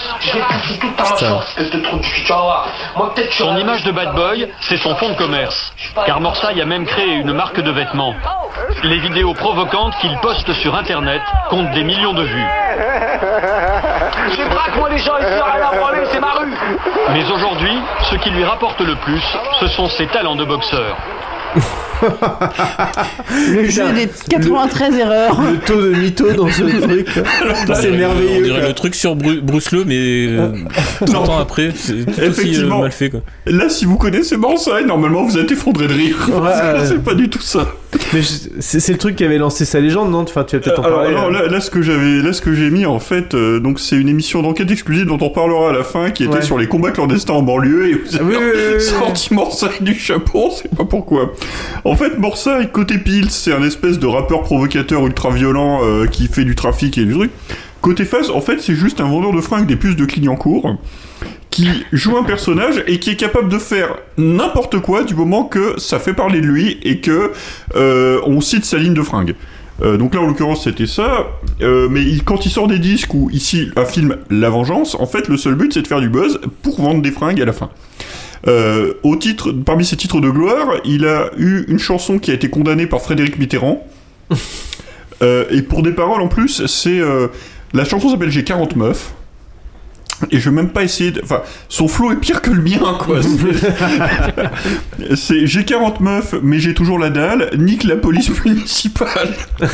Son image de bad boy, c'est son fonds de commerce. Car Morsaille a même créé une marque de vêtements. Les vidéos provocantes qu'il poste sur internet comptent des millions de vues. Je braque moi les gens ici, rien à branler, c'est ma rue. Mais aujourd'hui, ce qui lui rapporte le plus, ce sont ses talents de boxeur. Le jeu des 93 erreurs. Le taux de mytho dans ce truc, c'est merveilleux. On dirait le truc sur Bruce Lee, mais 30 ans après, c'est tout aussi mal fait, quoi. Là, si vous connaissez Morsaille, normalement vous êtes effondré de rire. C'est pas du tout ça. Mais c'est le truc qui avait lancé sa légende, non? Enfin, tu vas peut-être en parler. Alors là, ce que j'ai mis en fait, donc c'est une émission d'enquête exclusive dont on parlera à la fin, qui était sur les combats clandestins en banlieue, et vous avez sorti Morsaille du chapeau, on sait pas pourquoi. En fait, Morsaille, côté Pills, c'est un espèce de rappeur provocateur ultra violent qui fait du trafic et du truc. Côté face, en fait, c'est juste un vendeur de fringues des puces de Clignancourt qui joue un personnage et qui est capable de faire n'importe quoi du moment que ça fait parler de lui et que on cite sa ligne de fringues. Donc là, en l'occurrence, c'était ça. Mais quand il sort des disques ou ici un film La Vengeance, en fait, le seul but, c'est de faire du buzz pour vendre des fringues à la fin. Parmi ses titres de gloire, il a eu une chanson qui a été condamnée par Frédéric Mitterrand. Et pour des paroles en plus, c'est la chanson s'appelle J'ai 40 meufs. Et je vais même pas essayer de... Enfin, son flow est pire que le mien, quoi. C'est j'ai 40 meufs, mais j'ai toujours la dalle. Nique la police municipale.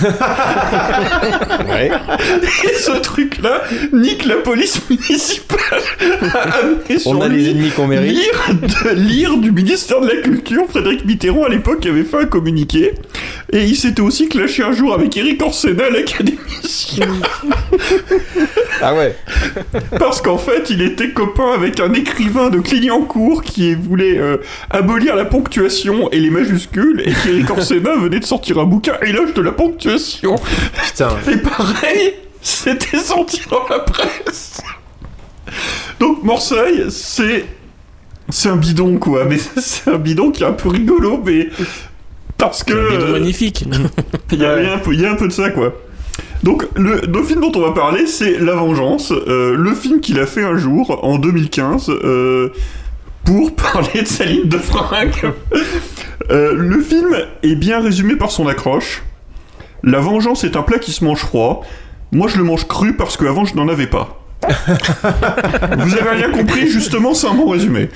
Ouais. Et ce truc-là, nique la police municipale. On a les ennemis qu'on mérite. Lire du ministère de la Culture, Frédéric Mitterrand, à l'époque, avait fait un communiqué. Et il s'était aussi clashé un jour avec Eric Orsena, l'académicien. Ah ouais. Parce qu'en fait, il était copain avec un écrivain de Clignancourt qui voulait abolir la ponctuation et les majuscules, et qu'Eric Orsena venait de sortir un bouquin éloge de la ponctuation. Putain. Et pareil, c'était sorti dans la presse. Donc Morsaille, c'est un bidon, quoi. Mais c'est un bidon qui est un peu rigolo, mais parce que... C'est un bidon magnifique. Il y a un peu de ça, quoi. Donc, le film dont on va parler, c'est La Vengeance, le film qu'il a fait un jour, en 2015. pour parler de sa ligne de fringues. Le film est bien résumé par son accroche. La vengeance est un plat qui se mange froid. Moi, je le mange cru parce qu'avant, je n'en avais pas. Vous avez rien compris, justement, c'est un bon résumé.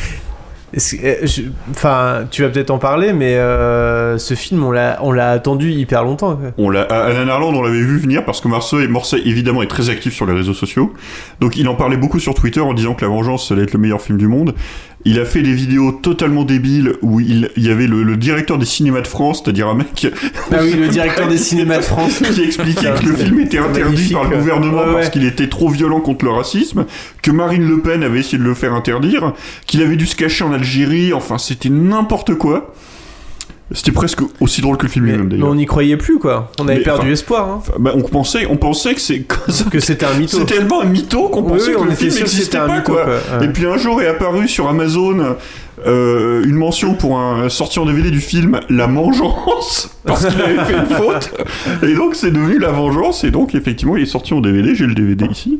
Enfin, tu vas peut-être en parler, mais ce film, on l'a attendu hyper longtemps. Quoi. À Nanarland, on l'avait vu venir parce que Marseille, évidemment, est très actif sur les réseaux sociaux. Donc, il en parlait beaucoup sur Twitter en disant que La Vengeance allait être le meilleur film du monde. Il a fait des vidéos totalement débiles où il y avait le directeur des cinémas de France, c'est-à-dire un mec... Ah oui, le directeur des cinémas de France. Qui expliquait que le film était interdit par le gouvernement parce qu'il était trop violent contre le racisme, que Marine Le Pen avait essayé de le faire interdire, qu'il avait dû se cacher en Algérie, enfin c'était n'importe quoi. C'était presque aussi drôle que le film lui-même d'ailleurs. Mais on n'y croyait plus quoi, on avait perdu espoir. Hein. On pensait que c'était un mytho. C'était tellement un mytho qu'on pensait que le film n'existait pas quoi. Et puis un jour est apparu sur Amazon une mention pour un sortie en DVD du film La Vengeance parce qu'il avait fait une faute. Et donc c'est devenu La Vengeance et donc effectivement il est sorti en DVD, j'ai le DVD ici.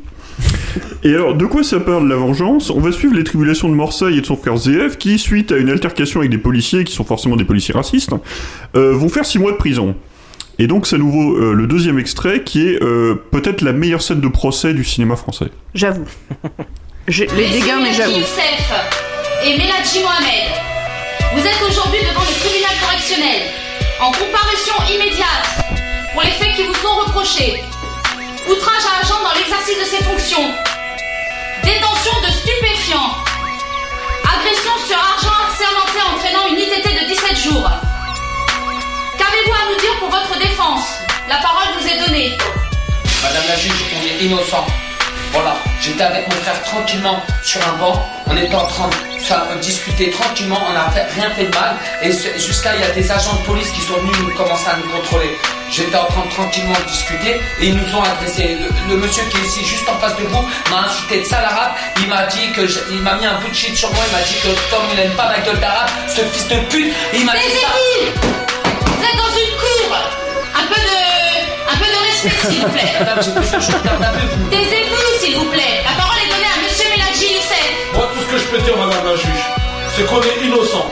Et alors, de quoi ça parle, La Vengeance ? On va suivre les tribulations de Morseille et de son frère ZF, qui, suite à une altercation avec des policiers, qui sont forcément des policiers racistes, vont faire 6 mois de prison. Et donc, c'est à nouveau le deuxième extrait, qui est peut-être la meilleure scène de procès du cinéma français. J'avoue. Les dégâts, mais j'avoue. Youssef et Meladji Mohamed, vous êtes aujourd'hui devant le tribunal correctionnel, en comparution immédiate, pour les faits qui vous sont reprochés. Outrage à agent dans l'exercice de ses fonctions. Détention de stupéfiants. Agression sur argent assermenté entraînant une ITT de 17 jours. Qu'avez-vous à nous dire pour votre défense ? La parole vous est donnée. Madame la juge, on est innocent. Voilà, j'étais avec mon frère tranquillement sur un banc. On était en train de discuter tranquillement, on n'a rien fait de mal. Et jusqu'à, il y a des agents de police qui sont venus commencer à nous contrôler. J'étais en train de tranquillement discuter et ils nous ont agressé. Le monsieur qui est ici juste en face de vous m'a insulté de sale arabe. Il m'a dit que il m'a mis un bout de shit sur moi. Il m'a dit que comme il n'aime pas ma gueule d'arabe, ce fils de pute, il m'a dit ça. Vous êtes dans une cour. Un peu de respect s'il vous plaît. Madame, j'ai fait chose vous. Taisez-vous s'il vous plaît. La parole est donnée à monsieur Meladji Youssef. Moi tout ce que je peux dire, madame la juge, c'est qu'on est innocent.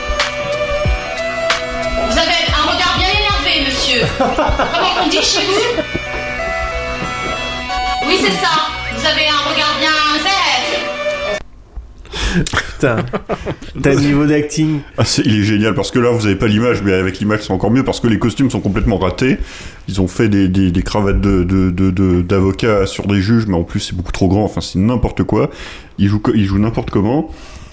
Vous avez un regard bien énervé, monsieur. Comment on dit chez vous ? Oui, c'est ça. Vous avez un regard bien zèbre. Putain, t'as le niveau d'acting. Il est génial parce que là vous avez pas l'image, mais avec l'image c'est encore mieux parce que les costumes sont complètement ratés. Ils ont fait des cravates d'avocats sur des juges, mais en plus c'est beaucoup trop grand. Enfin c'est n'importe quoi. Ils jouent n'importe comment.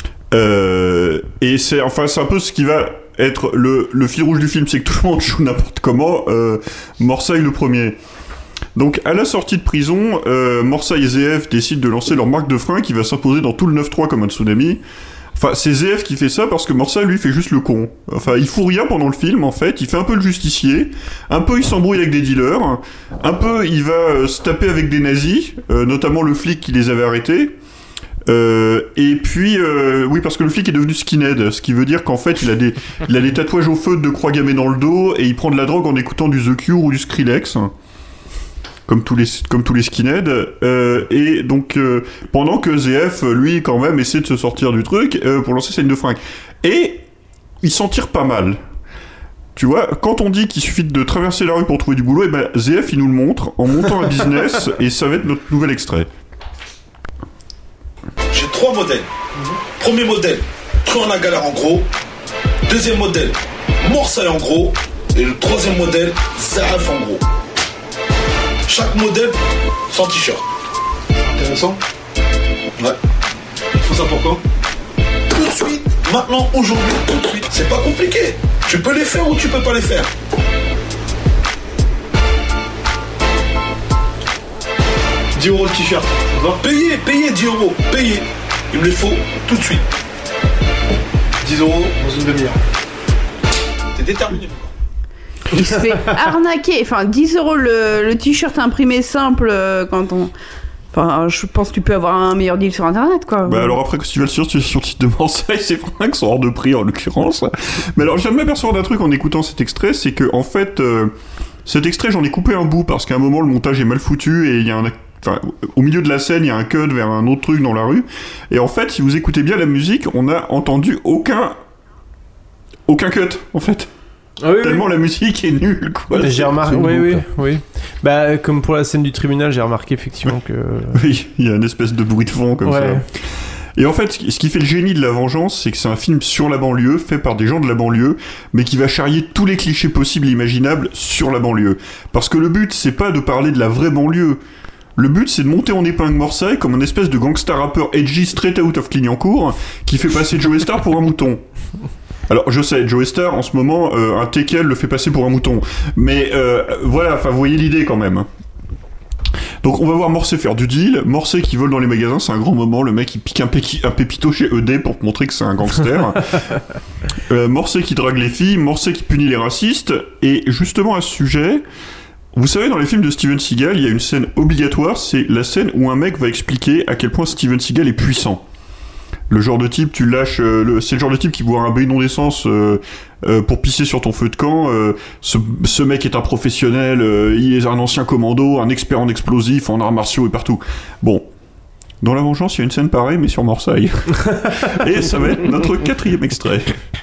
Et c'est un peu ce qui va être le fil rouge du film, c'est que tout le monde joue n'importe comment. Morseille le premier. Donc à la sortie de prison, Morseille et ZF décident de lancer leur marque de frein qui va s'imposer dans tout le 9-3 comme un tsunami. Enfin, c'est ZF qui fait ça parce que Morseille, lui, fait juste le con. Enfin, il fout rien pendant le film, en fait. Il fait un peu le justicier. Un peu, il s'embrouille avec des dealers. Un peu, il va se taper avec des nazis, notamment le flic qui les avait arrêtés. Et puis, oui, parce que le flic est devenu skinhead, ce qui veut dire qu'en fait, il a des tatouages au feu de croix gammées dans le dos et il prend de la drogue en écoutant du The Cure ou du Skrillex. Comme tous les skinheads, et donc pendant que ZF, lui, quand même, essaie de se sortir du truc pour lancer sa ligne de fringues. Et il s'en tire pas mal. Tu vois, quand on dit qu'il suffit de traverser la rue pour trouver du boulot, et ben ZF, il nous le montre en montant un business, et ça va être notre nouvel extrait. J'ai 3 modèles. Premier modèle, Truand la galère en gros. Deuxième modèle, Morseille en gros. Et le troisième modèle, ZF en gros. Chaque modèle, sans t-shirt. Intéressant. Ouais. Faut ça pourquoi ? Tout de suite, maintenant, aujourd'hui, tout de suite. C'est pas compliqué. Tu peux les faire ou tu peux pas les faire. 10 € le t-shirt. Payez 10 €. Payez. Il me les faut tout de suite. 10 € dans une demi-heure. T'es déterminé. Il se fait arnaquer. Enfin, 10 € le t-shirt imprimé simple quand on... Enfin, je pense que tu peux avoir un meilleur deal sur Internet, quoi. Bah alors après, si tu vas sur le site de Marseille, ces fringues sont hors de prix, en l'occurrence. Mais alors, je viens de m'apercevoir d'un truc en écoutant cet extrait, c'est que, en fait, cet extrait, j'en ai coupé un bout, parce qu'à un moment, le montage est mal foutu, et il y a Enfin, au milieu de la scène, il y a un cut vers un autre truc dans la rue. Et en fait, si vous écoutez bien la musique, on n'a entendu aucun cut, en fait. Ah oui, tellement la musique est nulle, quoi. J'ai remarqué, oui. Bah, comme pour la scène du tribunal, j'ai remarqué effectivement que... Oui, il y a une espèce de bruit de fond comme ça. Et en fait, ce qui fait le génie de La Vengeance, c'est que c'est un film sur la banlieue, fait par des gens de la banlieue, mais qui va charrier tous les clichés possibles et imaginables sur la banlieue. Parce que le but, c'est pas de parler de la vraie banlieue. Le but, c'est de monter en épingle Marseille comme un espèce de gangster rappeur edgy straight out of Clignancourt, qui fait passer Joey Star pour un mouton. Alors, je sais, Joey Star, en ce moment, un teckel le fait passer pour un mouton. Mais voilà, enfin, vous voyez l'idée quand même. Donc on va voir Morcey faire du deal, Morcey qui vole dans les magasins, c'est un grand moment, le mec il pique un pépito chez ED pour te montrer que c'est un gangster. Morcey qui drague les filles, Morcey qui punit les racistes, et justement à ce sujet, vous savez dans les films de Steven Seagal, il y a une scène obligatoire, c'est la scène où un mec va expliquer à quel point Steven Seagal est puissant. Le genre de type, tu lâches, c'est le genre de type qui boit un bidon d'essence pour pisser sur ton feu de camp. Ce mec est un professionnel, il est un ancien commando, un expert en explosifs, en arts martiaux et partout. Bon, dans La Vengeance, il y a une scène pareille, mais sur Marseille. Et ça va être notre 4e extrait.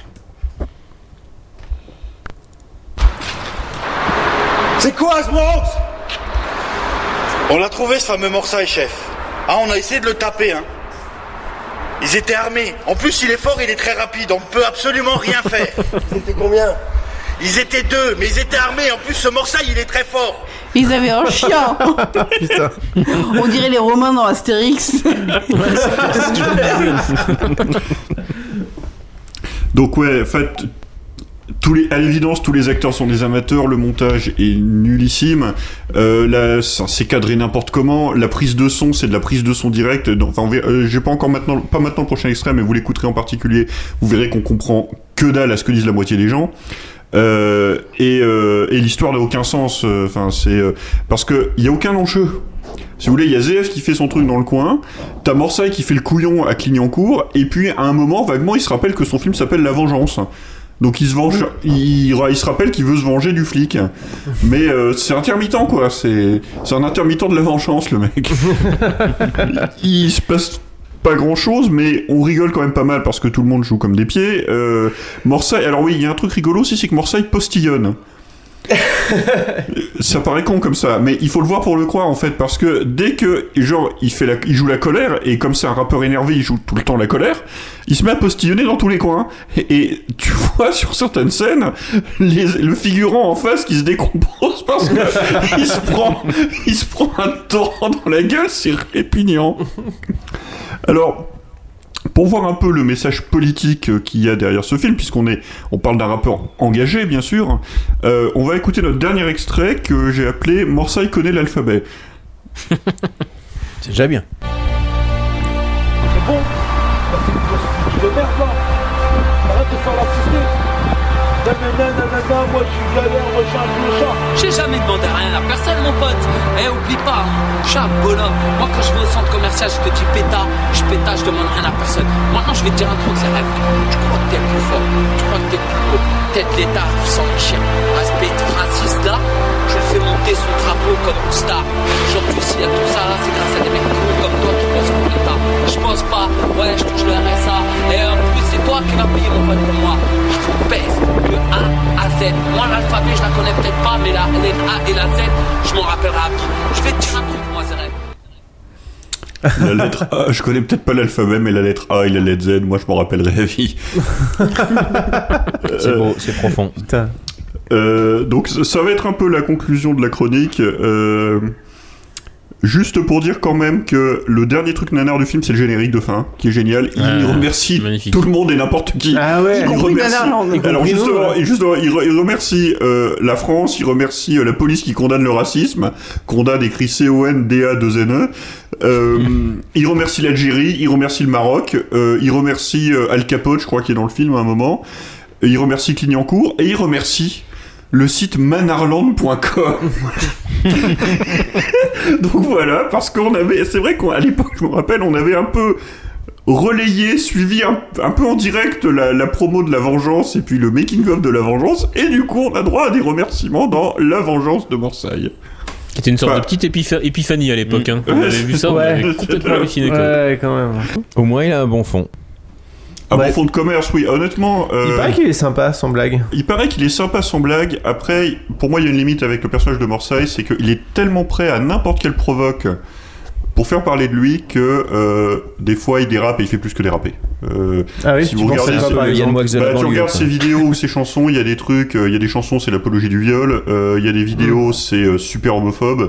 C'est quoi ce monstre? On a trouvé ce fameux Morsaille, chef. Ah, on a essayé de le taper, hein. Ils étaient armés. En plus, il est fort, il est très rapide. On ne peut absolument rien faire. Ils étaient combien? Ils étaient 2, mais ils étaient armés. En plus, ce Morsaille, il est très fort. Ils avaient un chien. Putain. On dirait les Romains dans Astérix. Donc ouais, en fait, à l'évidence, tous les acteurs sont des amateurs, le montage est nullissime, c'est cadré n'importe comment, la prise de son, c'est de la prise de son directe, enfin, j'ai pas maintenant le prochain extrait, mais vous l'écouterez en particulier, vous verrez qu'on comprend que dalle à ce que disent la moitié des gens. Et l'histoire n'a aucun sens, parce que il y a aucun enjeu. Si vous voulez, il y a ZF qui fait son truc dans le coin, t'as Morsaille qui fait le couillon à Clignancourt, et puis à un moment, vaguement, il se rappelle que son film s'appelle La Vengeance. Donc il se venge, il se rappelle qu'il veut se venger du flic. Mais c'est intermittent, quoi. C'est un intermittent de la vengeance, le mec. Il se passe pas grand chose, mais on rigole quand même pas mal parce que tout le monde joue comme des pieds. Morsaille, alors oui, il y a un truc rigolo aussi, c'est que Morsaille postillonne. Ça paraît con comme ça, mais il faut le voir pour le croire en fait, parce que dès que genre il joue la colère, et comme c'est un rappeur énervé, il joue tout le temps la colère, il se met à postillonner dans tous les coins, et tu vois sur certaines scènes le figurant en face qui se décompose parce que il se prend un torrent dans la gueule, c'est répugnant. Alors, pour voir un peu le message politique qu'il y a derrière ce film, puisqu'on parle d'un rappeur engagé, bien sûr, on va écouter notre dernier extrait que j'ai appelé « Morsaille connaît l'alphabet ». C'est déjà bien. C'est bon. Tu veux merde, là. Arrête de faire l'assister. Moi je suis galère, moi je suis un clochard. J'ai jamais demandé rien à personne, mon pote. Eh, oublie pas, je suis un bonhomme. Moi, quand je vais au centre commercial, je te dis péta, je demande rien à personne. Maintenant, je vais te dire un truc, c'est rêve. Tu crois que t'es le plus fort, tu crois que t'es le plus beau. Tête l'État, sans chien. Respect raciste là, je le fais monter son drapeau comme une star. Aujourd'hui, s'il y a tout ça là, c'est grâce à des mecs cons comme toi qui bossent pour l'État. Je pense pas, ouais, je touche le RSA. Et en plus, c'est toi qui vas payer mon pote pour moi. Je vous pèse de A à Z. Moi, l'alphabet, je la connais peut-être pas, mais la lettre A et la Z, je m'en rappellerai à vie. Je vais te dire un truc, moi, c'est rêve. La lettre A, je connais peut-être pas l'alphabet, mais la lettre A et la lettre Z, moi je m'en rappellerai à vie. C'est beau, c'est profond. Donc ça va être un peu la conclusion de la chronique. Juste pour dire quand même que le dernier truc nanar du film, c'est le générique de fin, qui est génial. Il remercie tout le monde et n'importe qui. Ah ouais, il remercie. Alors justement, il remercie la France, il remercie la police qui condamne le racisme, condamne écrit CONDA2NE. Il remercie l'Algérie, il remercie le Maroc, il remercie Al Capote, je crois, qui est dans le film à un moment. Il remercie Clignancourt et il remercie le site manarland.com. Donc voilà, parce qu'on avait, c'est vrai qu'à l'époque, je me rappelle, on avait un peu relayé, suivi un peu en direct la promo de La Vengeance et puis le making of de La Vengeance, et du coup on a droit à des remerciements dans La Vengeance de Marseille. Qui était une sorte de petite épiphanie à l'époque. Hein. On avait vu ça, on avait complètement halluciné. Ouais, quand même. Au moins, il a un bon fond. Un bon fond de commerce, oui. Honnêtement... Il paraît qu'il est sympa, sans blague. Il paraît qu'il est sympa, sans blague. Après, pour moi, il y a une limite avec le personnage de Morsay, c'est qu'il est tellement prêt à n'importe quel provoque pour faire parler de lui que des fois, il dérape et il fait plus que déraper. Si vous regardez tu regardes ses vidéos ou ses chansons, il y a des trucs, il y a des chansons, c'est l'apologie du viol, il y a des vidéos, c'est super homophobe.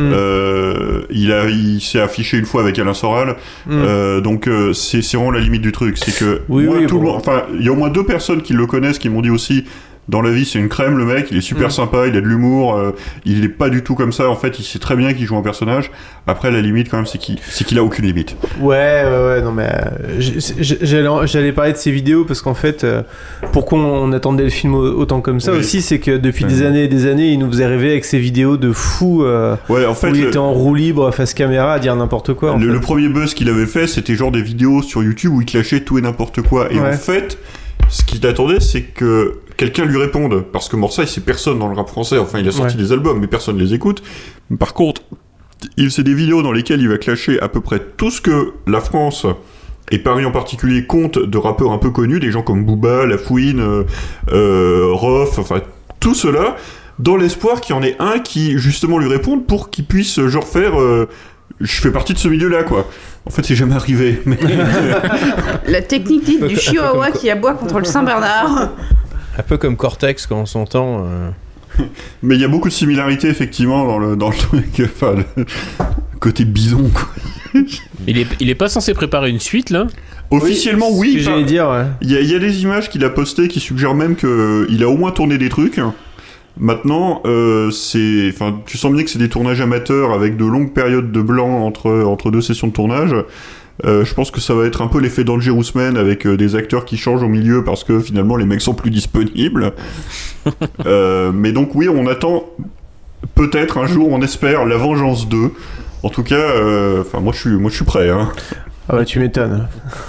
Il s'est affiché une fois avec Alain Soral, donc c'est vraiment la limite du truc. C'est que il y a au moins 2 personnes qui le connaissent qui m'ont dit aussi. Dans la vie, c'est une crème, le mec, il est super sympa, il a de l'humour, il est pas du tout comme ça, en fait, il sait très bien qu'il joue un personnage. Après, la limite, quand même, c'est qu'il a aucune limite. Ouais, non, mais j'allais parler de ces vidéos parce qu'en fait, pourquoi on attendait le film autant comme ça aussi, c'est que depuis des années et des années, il nous faisait rêver avec ces vidéos de fou où il était en roue libre face caméra à dire n'importe quoi. Le premier buzz qu'il avait fait, c'était genre des vidéos sur YouTube où il clashait tout et n'importe quoi. Et en fait, ce qu'il attendait, c'est que quelqu'un lui réponde, parce que Morsay, c'est personne dans le rap français. Enfin, il a sorti des albums, mais personne les écoute. Par contre, il fait des vidéos dans lesquelles il va clasher à peu près tout ce que la France, et Paris en particulier, compte de rappeurs un peu connus, des gens comme Booba, La Fouine, Rof, enfin, tout cela, dans l'espoir qu'il y en ait un qui, justement, lui réponde pour qu'il puisse, genre, faire... je fais partie de ce milieu-là, quoi. En fait, c'est jamais arrivé. Mais... La technique dite du chihuahua qui aboie contre le Saint-Bernard. Un peu comme Cortex quand on s'entend. Mais il y a beaucoup de similarités, effectivement, dans le truc. Enfin, le côté bison, quoi. Il est pas censé préparer une suite, là ? Officiellement, oui. J'allais dire, ouais. Il y a des images qu'il a postées qui suggèrent même qu'il a au moins tourné des trucs. Maintenant, tu sens bien que c'est des tournages amateurs avec de longues périodes de blanc entre 2 sessions de tournage. Je pense que ça va être un peu l'effet Dangerous Man avec des acteurs qui changent au milieu parce que finalement les mecs sont plus disponibles. Mais donc oui, on attend peut-être un jour, on espère, La Vengeance 2. En tout cas, moi je suis prêt. Hein. Ah bah tu m'étonnes.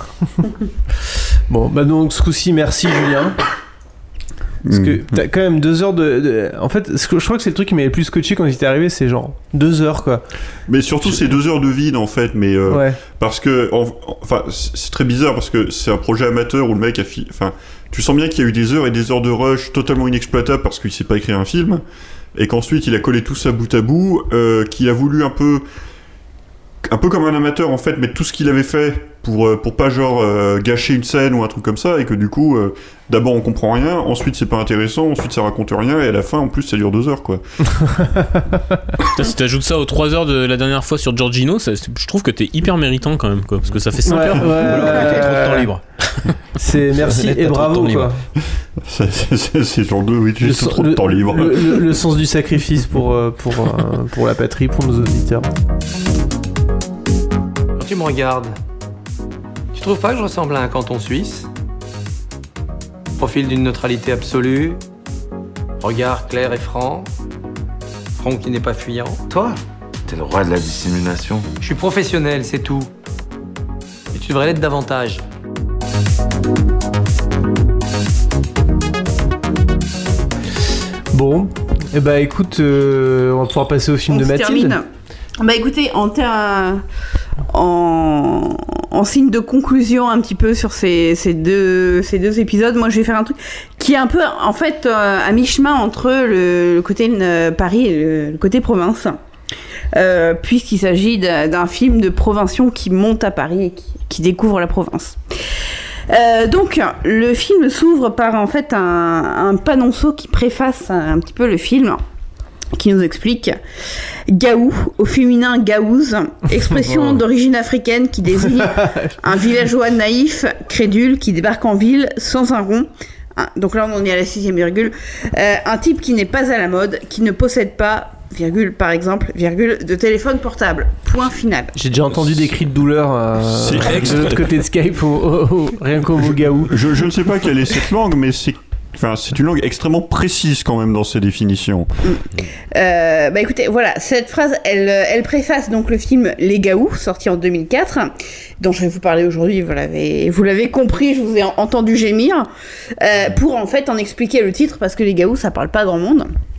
Bon, bah donc ce coup-ci, merci Julien. Parce que t'as quand même 2 heures En fait, je crois que c'est le truc qui m'avait le plus scotché quand il était arrivé, c'est genre 2 heures, quoi. Mais surtout, c'est 2 heures de vide, en fait, mais... Parce que... c'est très bizarre, parce que c'est un projet amateur où le mec a... tu sens bien qu'il y a eu des heures et des heures de rush totalement inexploitables parce qu'il sait pas écrire un film, et qu'ensuite, il a collé tout ça bout à bout, qu'il a voulu un peu comme un amateur, en fait, mettre tout ce qu'il avait fait pour pas gâcher une scène ou un truc comme ça, et que du coup d'abord on comprend rien, ensuite c'est pas intéressant, ensuite ça raconte rien, et à la fin en plus ça dure 2 heures, quoi. Putain, si t'ajoutes ça aux 3 heures de la dernière fois sur Giorgino, je trouve que t'es hyper méritant quand même, quoi, parce que ça fait 5 heures. Trop de temps libre. C'est merci et bravo, quoi. C'est genre 2, oui, j'ai trop de temps libre. Le sens du sacrifice pour la patrie, pour nos auditeurs. Quand tu me regardes, tu trouves pas que je ressemble à un canton suisse ? Profil d'une neutralité absolue, regard clair et franc, front qui n'est pas fuyant. Toi, t'es le roi de la dissimulation. Je suis professionnel, c'est tout. Et tu devrais l'être davantage. Bon, et bah écoute, on va pouvoir passer au film de Mathilde. Termine. Bah écoutez, en signe de conclusion un petit peu sur ces deux épisodes, moi je vais faire un truc qui est un peu en fait à mi-chemin entre le côté Paris et le côté province, puisqu'il s'agit d'un film de provinciaux qui monte à Paris et qui découvre la province. Donc le film s'ouvre par en fait un panonceau qui préface un petit peu le film, qui nous explique Gaou, au féminin gaouze, expression d'origine africaine qui désigne un villageois naïf, crédule, qui débarque en ville sans un rond. Donc là on en est à la 6e virgule. Un type qui n'est pas à la mode, qui ne possède pas, virgule, par exemple, virgule, de téléphone portable. Point final. J'ai déjà entendu des cris de douleur de l'autre côté de Skype, rien qu'au mot Gaou. Je ne sais pas quelle est cette langue, mais c'est une langue extrêmement précise quand même dans ses définitions. Bah écoutez, voilà, cette phrase, elle préface donc le film Les Gaous, sorti en 2004, dont je vais vous parler aujourd'hui, vous l'avez compris, je vous ai entendu gémir, pour en fait en expliquer le titre, parce que Les Gaous, ça parle pas grand monde.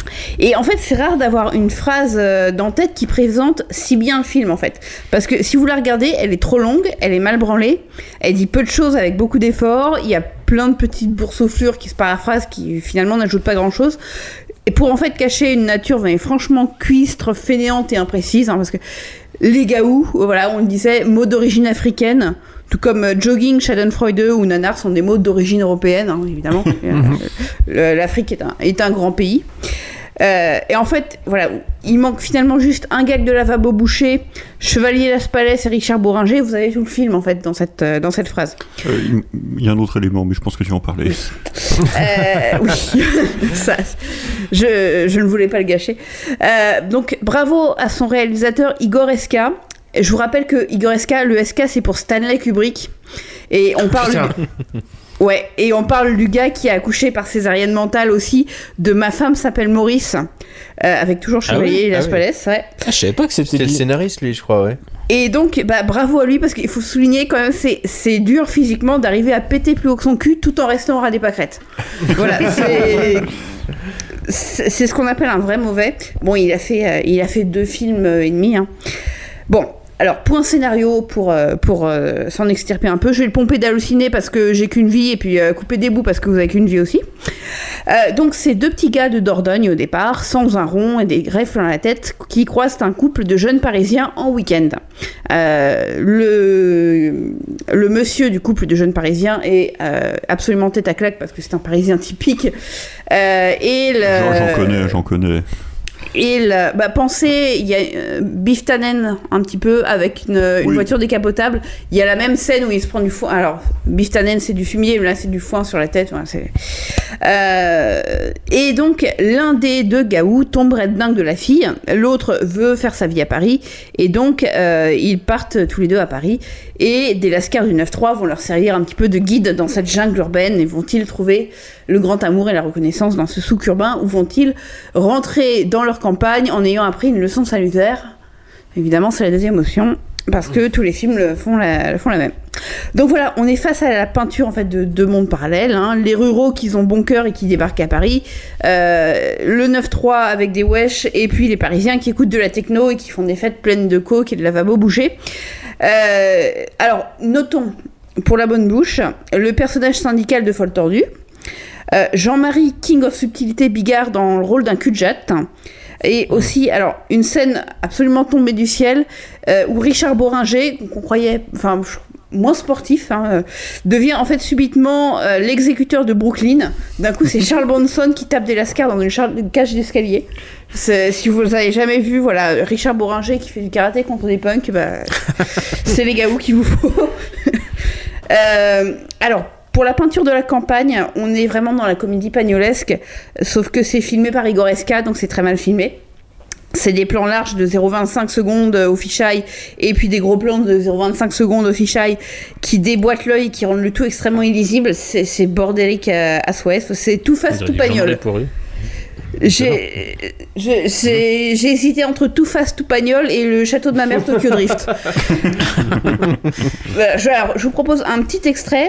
Et en fait, c'est rare d'avoir une phrase dans tête qui présente si bien le film, en fait. Parce que si vous la regardez, elle est trop longue, elle est mal branlée, elle dit peu de choses avec beaucoup d'efforts, il y a plein de petites boursouflures qui se paraphrasent, qui finalement n'ajoutent pas grand-chose. Et pour en fait cacher une nature franchement cuistre, fainéante et imprécise, hein, parce que les gaous, voilà, on le disait, mots d'origine africaine, tout comme jogging, schadenfreude ou nanar sont des mots d'origine européenne, hein, évidemment. L'Afrique est un grand pays. Et en fait, voilà, il manque finalement juste un gag de lavabo bouché, Chevalier Las Palais et Richard Bohringer. Vous avez tout le film en fait dans cette phrase. Il y a un autre élément, mais je pense que tu vas en parler. Oui, ça, je ne voulais pas le gâcher. Donc bravo à son réalisateur Igor Eska. Je vous rappelle que Igor Eska, le SK c'est pour Stanley Kubrick. Et on parle. Ouais, et on parle du gars qui a accouché par césarienne mentale aussi, de Ma femme s'appelle Maurice, avec toujours Chevalier Las Palais, ouais. Je savais pas que c'était le scénariste, lui, je crois, ouais. Et donc, bravo à lui, parce qu'il faut souligner quand même, c'est dur physiquement d'arriver à péter plus haut que son cul tout en restant au ras des pâquerettes. Voilà, c'est ce qu'on appelle un vrai mauvais. Bon, il a fait 2 films et demi, hein. Bon. Alors, point scénario pour s'en extirper un peu. Je vais le pomper d'halluciner parce que j'ai qu'une vie et puis couper des bouts parce que vous avez qu'une vie aussi. Donc, c'est 2 petits gars de Dordogne au départ, sans un rond et des greffes dans la tête, qui croisent un couple de jeunes Parisiens en week-end. Le monsieur du couple de jeunes Parisiens est absolument tête à claque parce que c'est un Parisien typique. J'en connais. Et pensez, il y a Biff Tannen un petit peu avec une voiture décapotable. Il y a la même scène où il se prend du foin. Alors, Biff Tannen c'est du fumier, mais là c'est du foin sur la tête. Voilà, et donc, l'un des 2 gaous tomberait dingue de la fille. L'autre veut faire sa vie à Paris. Et donc, ils partent tous les 2 à Paris. Et des lascars du 9-3 vont leur servir un petit peu de guide dans cette jungle urbaine. Et vont-ils trouver le grand amour et la reconnaissance dans ce souk urbain, ou vont-ils rentrer dans leur campagne en ayant appris une leçon salutaire? Évidemment, c'est la 2e option, parce que tous les films le font la même. Donc voilà, on est face à la peinture en fait de 2 mondes parallèles, hein. Les ruraux qui ont bon cœur et qui débarquent à Paris, le 9-3 avec des wesh, et puis les Parisiens qui écoutent de la techno et qui font des fêtes pleines de coke et de lavabo bouché. Alors, notons, pour la bonne bouche, le personnage syndical de Folle Tordue, Jean-Marie King of Subtilité Bigard dans le rôle d'un cul-de-jatte, et aussi, alors, une scène absolument tombée du ciel, où Richard Bohringer, qu'on croyait, moins sportif, hein, devient en fait subitement l'exécuteur de Brooklyn. D'un coup, c'est Charles Bronson qui tape des lascars dans une cage d'escalier. Si vous l'avez jamais vu, voilà, Richard Bohringer qui fait du karaté contre des punks, c'est les gaous qu'il vous faut. Alors, pour la peinture de la campagne, on est vraiment dans la comédie pagnolesque, sauf que c'est filmé par Igor Eska, donc c'est très mal filmé. C'est des plans larges de 0,25 secondes au fisheye, et puis des gros plans de 0,25 secondes au fisheye qui déboîtent l'œil, qui rendent le tout extrêmement illisible. C'est bordélique à souhait. C'est tout face, tout pagnol. J'ai hésité entre Tout Face, Tout Pagnol et le château de ma mère Tokyo Drift. Je vous propose un petit extrait.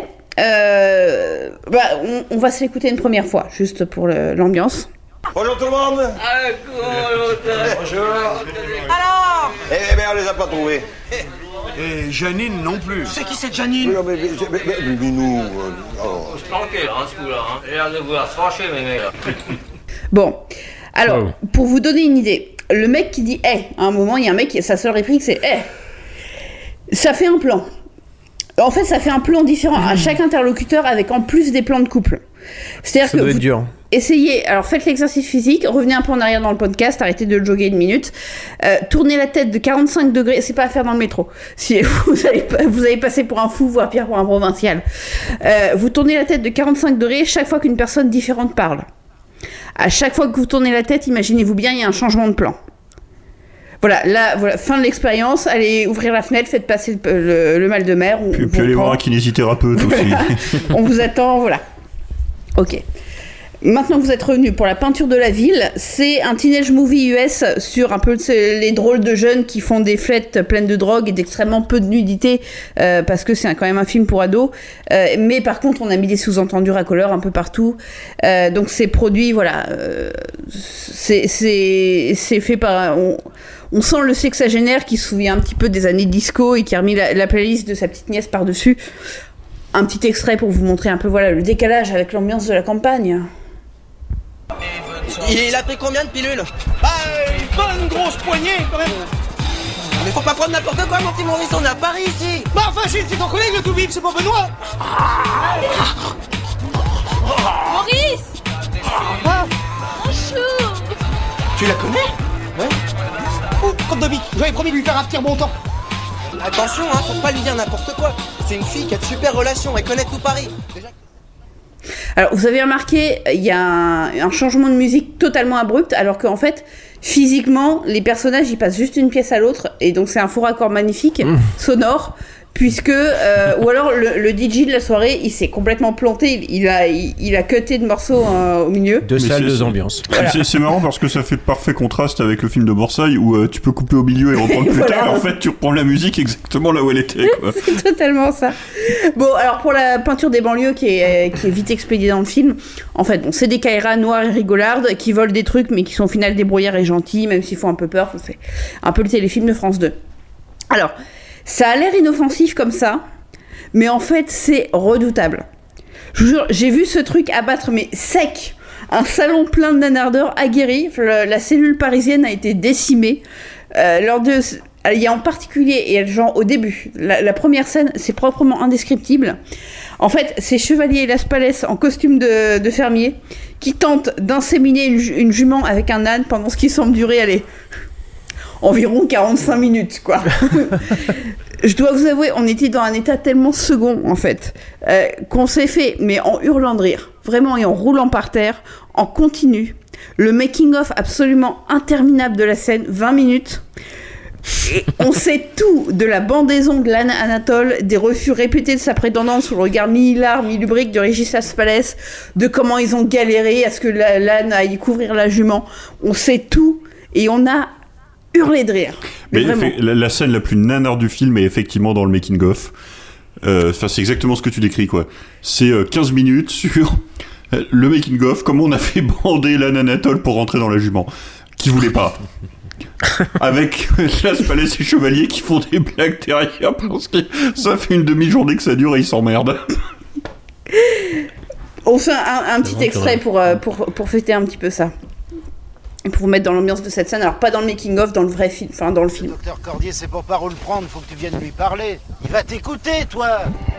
On va se l'écouter une première fois, juste pour l'ambiance. Bonjour tout le monde. Bonjour. Alors Eh bien, on les a pas trouvés. Et Janine non plus. C'est qui cette Janine? Mais nous... Je suis tranquille, hein, ce coup-là. J'ai l'air de vouloir se fâcher, mes mecs. Bon, alors, pour vous donner une idée, le mec qui dit « à un moment, il y a un mec, sa seule réplique, c'est « ça fait un plan ». En fait, ça fait un plan différent à chaque interlocuteur avec en plus des plans de couple. C'est-à-dire ça que doit être dur. Essayez, alors faites l'exercice physique, revenez un peu en arrière dans le podcast, arrêtez de jogger 1 minute, tournez la tête de 45 degrés, c'est pas à faire dans le métro, si vous allez passer pour un fou, voire pire pour un provincial. Vous tournez la tête de 45 degrés chaque fois qu'une personne différente parle. À chaque fois que vous tournez la tête, imaginez-vous bien, il y a un changement de plan. Voilà, fin de l'expérience, allez ouvrir la fenêtre, faites passer le mal de mer. Puis allez voir un kinésithérapeute aussi. On vous attend, voilà. Ok. Maintenant que vous êtes revenu pour la peinture de la ville, c'est un teenage movie US sur un peu les drôles de jeunes qui font des fêtes pleines de drogue et d'extrêmement peu de nudité, parce que c'est quand même un film pour ados. Mais par contre, on a mis des sous-entendus racoleurs un peu partout. Donc c'est produit, voilà, c'est fait par... On sent le sexagénaire qui se souvient un petit peu des années disco et qui a remis la playlist de sa petite nièce par-dessus. Un petit extrait pour vous montrer un peu, voilà, le décalage avec l'ambiance de la campagne. Il a pris combien de pilules? Ah, une bonne grosse poignée quand même. Mais faut pas prendre n'importe quoi, mon petit Maurice, on est à Paris ici. Bah enfin, c'est ton collègue le tout bip, c'est pas Benoît. Maurice. Bonjour. Tu la connais? Ouais. Oh, comme Dobby, j'avais promis de lui faire un petit rebond temps. Attention, hein, faut pas lui dire n'importe quoi. C'est une fille qui a de super relations, elle connaît tout Paris. Déjà... Alors, vous avez remarqué, il y a un changement de musique totalement abrupt, alors qu'en fait, physiquement, les personnages, ils passent juste d'une pièce à l'autre, et donc c'est un faux raccord magnifique, sonore, puisque, ou alors le DJ de la soirée, il s'est complètement planté, il a cuté de morceaux au milieu. Deux salles, deux ambiances. Voilà. C'est marrant parce que ça fait parfait contraste avec le film de Borsaille où tu peux couper au milieu et reprendre plus tard, et en fait tu reprends la musique exactement là où elle était, quoi. C'est totalement ça. Bon, alors pour la peinture des banlieues qui est vite expédiée dans le film, en fait, bon, c'est des Kairas noirs et rigolardes qui volent des trucs mais qui sont au final débrouillards et gentils, même s'ils font un peu peur. C'est un peu le téléfilm de France 2. Alors, ça a l'air inoffensif comme ça, mais en fait, c'est redoutable. Je vous jure, j'ai vu ce truc abattre, mais sec, un salon plein de nanardeurs aguerris. La cellule parisienne a été décimée. Il y a en particulier, et genre au début, la première scène, c'est proprement indescriptible. En fait, c'est Chevalier et Las Palais en costume de fermier qui tentent d'inséminer une jument avec un âne pendant ce qui semble durer, environ 45 minutes, quoi. Je dois vous avouer, on était dans un état tellement second, en fait, qu'on s'est fait, mais en hurlant de rire, vraiment, et en roulant par terre, en continu, le making-of absolument interminable de la scène, 20 minutes, et on sait tout de la bandaison de l'âne Anatole, des refus répétés de sa prétendante sous le regard mi-hilar, mi-lubrique de Régis Laspalès, de comment ils ont galéré à ce que l'âne aille couvrir la jument. On sait tout, et on a hurlé de rire. Mais la scène la plus nanar du film est effectivement dans le making-of. C'est exactement ce que tu décris, quoi. C'est 15 minutes sur le making-of, comment on a fait bander l'âne Anatole pour rentrer dans la jument, qui voulait pas. Avec Las Palais et Chevalier qui font des blagues derrière parce que ça fait une demi-journée que ça dure et ils s'emmerdent. On fait un petit extrait pour fêter un petit peu ça. Pour vous mettre dans l'ambiance de cette scène, alors pas dans le making-of, dans le vrai film, enfin dans le film. Docteur Cordier, c'est pour pas le prendre, faut que tu viennes lui parler. Il va t'écouter, toi.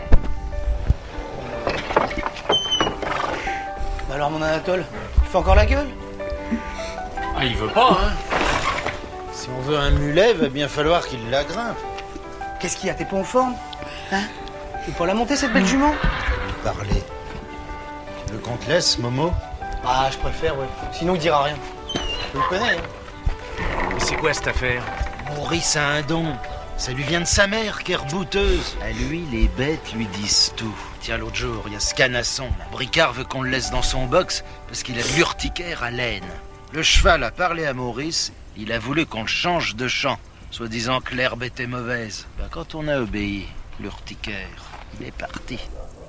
Alors mon Anatole, tu fais encore la gueule? Ah, il veut pas, hein. Si on veut un mulet, va bien falloir qu'il la grimpe. Qu'est-ce qu'il y a? T'es pas en forme? Hein? Tu peux pas la monter, cette belle jument? Parler. Tu veux qu'on te laisse, Momo? Ah, je préfère, ouais. Sinon, il dira rien. Tu le connais, hein? Mais c'est quoi cette affaire? Maurice a un don. Ça lui vient de sa mère, qui est rebouteuse. À lui, les bêtes lui disent tout. Tiens, l'autre jour, il y a ce canasson. Bricard veut qu'on le laisse dans son box parce qu'il a de l'urticaire à laine. Le cheval a parlé à Maurice, il a voulu qu'on le change de champ, soi-disant que l'herbe était mauvaise. Ben, quand on a obéi, l'urticaire, il est parti.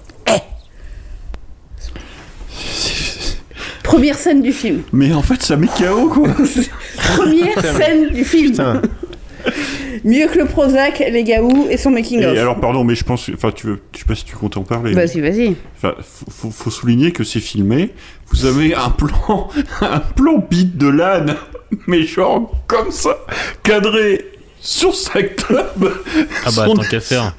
Première scène du film. Mais en fait, ça met KO, quoi. Première scène du film. Putain. Mieux que le Prozac, les Gaou et son making-of. Et alors, pardon, mais je pense... Enfin, je sais pas si tu comptes en parler. Vas-y. Enfin, faut souligner que c'est filmé. Vous avez un plan beat de l'âne, mais genre comme ça, cadré sur sa club. Ah bah, tant qu'à faire.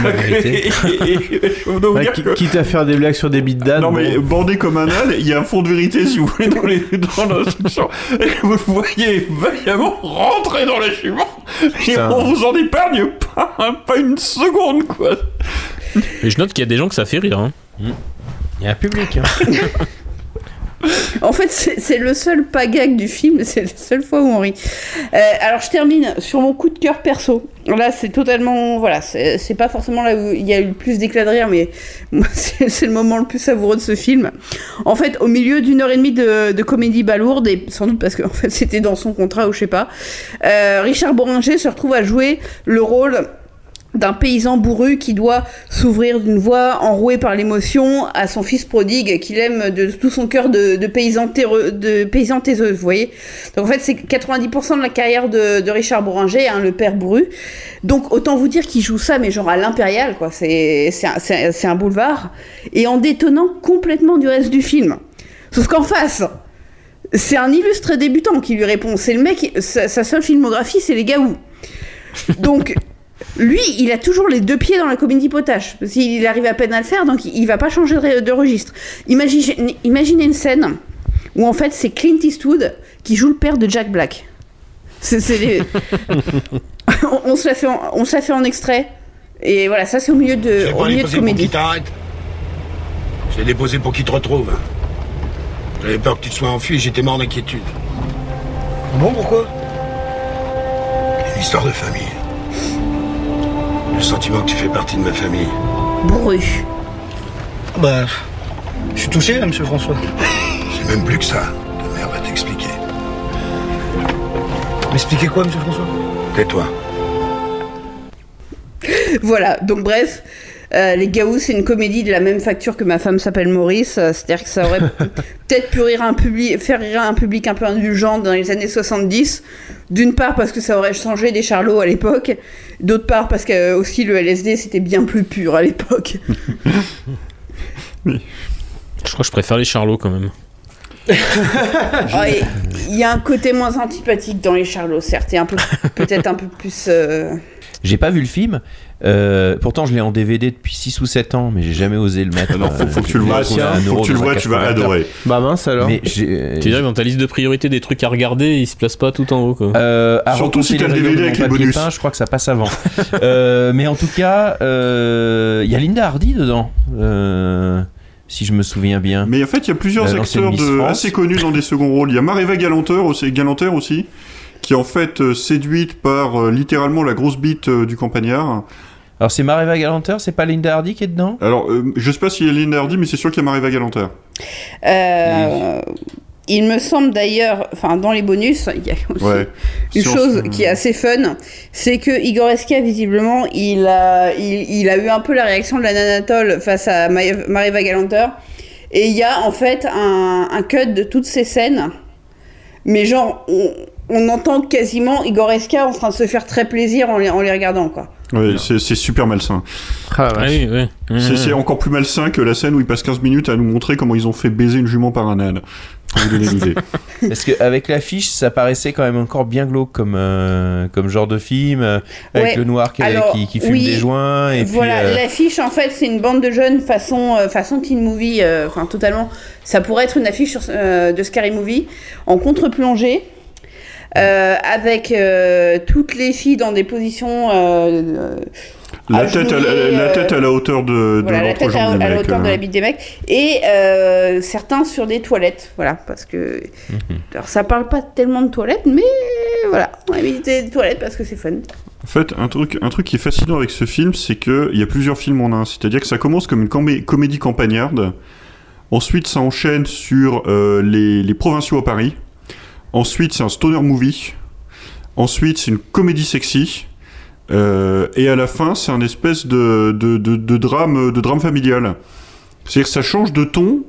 Quitte à faire des blagues sur des beats d'âne. Non, mais bandé comme un âne, il y a un fond de vérité, si vous voulez, dans l'instruction. Et vous le voyez vaillamment rentrer dans la jument. Et on vous en épargne pas une seconde, quoi. Mais je note qu'il y a des gens que ça fait rire, hein. Il y a un public, hein. En fait, c'est le seul pas gag du film, c'est la seule fois où on rit. Alors, je termine sur mon coup de cœur perso. Là, c'est totalement... Voilà, c'est pas forcément là où il y a eu le plus d'éclat de rire, mais moi, c'est le moment le plus savoureux de ce film. En fait, au milieu d'une heure et demie de comédie balourde, et sans doute parce que en fait, c'était dans son contrat ou je sais pas, Richard Bohringer se retrouve à jouer le rôle d'un paysan bourru qui doit s'ouvrir d'une voix enrouée par l'émotion à son fils prodigue qu'il aime de tout son cœur de paysan taiseux, vous voyez. Donc en fait c'est 90% de la carrière de Richard Bohringer, hein, le père bourru. Donc autant vous dire qu'il joue ça mais genre à l'impérial quoi, c'est un boulevard et en détonnant complètement du reste du film. Sauf qu'en face, c'est un illustre débutant qui lui répond, c'est le mec, sa seule filmographie c'est les Gaou. Donc lui, il a toujours les deux pieds dans la comédie potache. Il arrive à peine à le faire, donc il va pas changer de registre. Imaginez une scène où en fait c'est Clint Eastwood qui joue le père de Jack Black. On se la fait en extrait. Et voilà, ça c'est au milieu de comédie. Pour qu'il t'arrête. Je l'ai déposé pour qu'il te retrouve. J'avais peur que tu te sois enfui et j'étais mort d'inquiétude. Bon, pourquoi? Une histoire de famille. Le sentiment que tu fais partie de ma famille. Bourru. Bah, je suis touché, là, monsieur François. C'est même plus que ça. Ta mère va t'expliquer. M'expliquer quoi, monsieur François? Tais-toi. Voilà, donc bref, Les Gaou, c'est une comédie de la même facture que Ma femme s'appelle Maurice, c'est-à-dire que ça aurait peut-être pu faire rire un public un peu indulgent dans les années 70, d'une part parce que ça aurait changé des charlots à l'époque, d'autre part parce que aussi le LSD c'était bien plus pur à l'époque. Oui. Je crois que je préfère les charlots quand même. Il y a un côté moins antipathique dans les charlots, certes, et peut-être un peu plus... J'ai pas vu le film, pourtant je l'ai en DVD depuis 6 ou 7 ans, mais j'ai jamais osé le mettre. Alors faut que tu le vois, tu vas adorer. Bah mince alors. Mais tu dirais que dans ta liste de priorités des trucs à regarder, il se place pas tout en haut quoi. Surtout si t'as le DVD avec les bonus. Je crois que ça passe avant. Mais en tout cas, il y a Linda Hardy dedans. Si je me souviens bien. Mais en fait, il y a plusieurs acteurs assez connus dans des seconds rôles. Il y a Mareva Galanter aussi, qui est en fait séduite par littéralement la grosse bite du campagnard. Alors c'est Mareva Galanter, c'est pas Linda Hardy qui est dedans ? Alors je sais pas s'il y a Linda Hardy, mais c'est sûr qu'il y a Mareva Galanter. Il me semble d'ailleurs, enfin dans les bonus, il y a aussi une chose qui est assez fun, c'est que Igor Eska visiblement il a eu un peu la réaction de la Nanatole face à Mareva Galanter, et il y a en fait un cut de toutes ces scènes, mais genre on entend quasiment Igor Eska en train de se faire très plaisir en les regardant quoi. Ouais, c'est super malsain. Oui. C'est encore plus malsain que la scène où ils passent 15 minutes à nous montrer comment ils ont fait baiser une jument par un âne. Pour vous donner l'idée. Parce qu'avec l'affiche, ça paraissait quand même encore bien glauque comme genre de film, avec le noir qui fume des joints. Et voilà, puis, l'affiche en fait, c'est une bande de jeunes façon teen movie, totalement. Ça pourrait être une affiche de Scary Movie en contre-plongée. Avec toutes les filles dans des positions la tête à la hauteur de l'entrejambe des mecs, à la hauteur de la bite des mecs, et certains sur des toilettes, voilà, parce que alors ça parle pas tellement de toilettes, mais voilà, on a mis des toilettes parce que c'est fun. En fait, un truc qui est fascinant avec ce film, c'est qu'il y a plusieurs films en un, c'est-à-dire que ça commence comme une comédie campagnarde, ensuite ça enchaîne sur les provinciaux à Paris. Ensuite, c'est un stoner movie. Ensuite, c'est une comédie sexy. Et à la fin, c'est un espèce de drame familial. C'est-à-dire que ça change de ton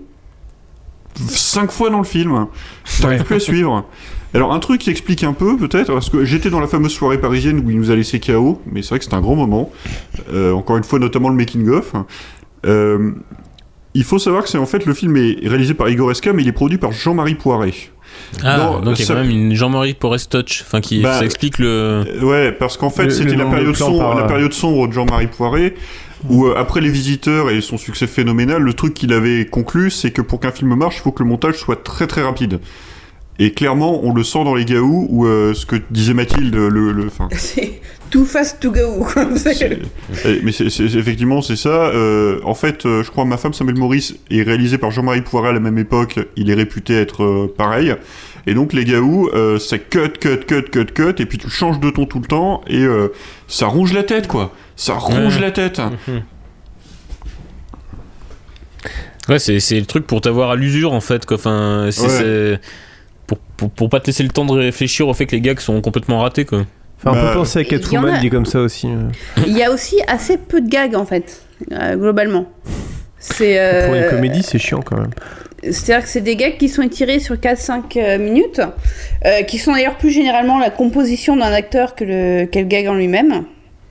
5 fois dans le film. T'arrives plus à suivre. Alors, un truc qui explique un peu, peut-être, parce que j'étais dans la fameuse soirée parisienne où il nous a laissé KO, mais c'est vrai que c'était un grand moment. Encore une fois, notamment le making-of. Il faut savoir que c'est en fait, le film est réalisé par Igor Eska, mais il est produit par Jean-Marie Poiret. Donc il y a quand même une Jean-Marie Poiret touch, ça explique le... Ouais, parce qu'en fait c'était la période sombre de Jean-Marie Poiret, où après Les Visiteurs et son succès phénoménal, le truc qu'il avait conclu, c'est que pour qu'un film marche, il faut que le montage soit très très rapide. Et clairement, on le sent dans les Gaou, où ce que disait Mathilde, C'est too fast to go. Mais effectivement, c'est ça. En fait, je crois Ma femme Samuel Maurice est réalisé par Jean-Marie Poiret à la même époque. Il est réputé être pareil. Et donc, les Gaou, c'est cut, et puis tu changes de ton tout le temps, et ça ronge la tête, quoi. Ça ronge la tête. Ouais, c'est le truc pour t'avoir à l'usure, en fait, quoi. Enfin, c'est pour pas te laisser le temps de réfléchir au fait que les gags sont complètement ratés, quoi. Enfin, on peut penser à Catwoman dit comme ça aussi. Il y a aussi assez peu de gags, en fait, globalement. C'est, pour une comédie, c'est chiant, quand même. C'est-à-dire que c'est des gags qui sont étirés sur 4-5 minutes, qui sont d'ailleurs plus généralement la composition d'un acteur que le gag en lui-même.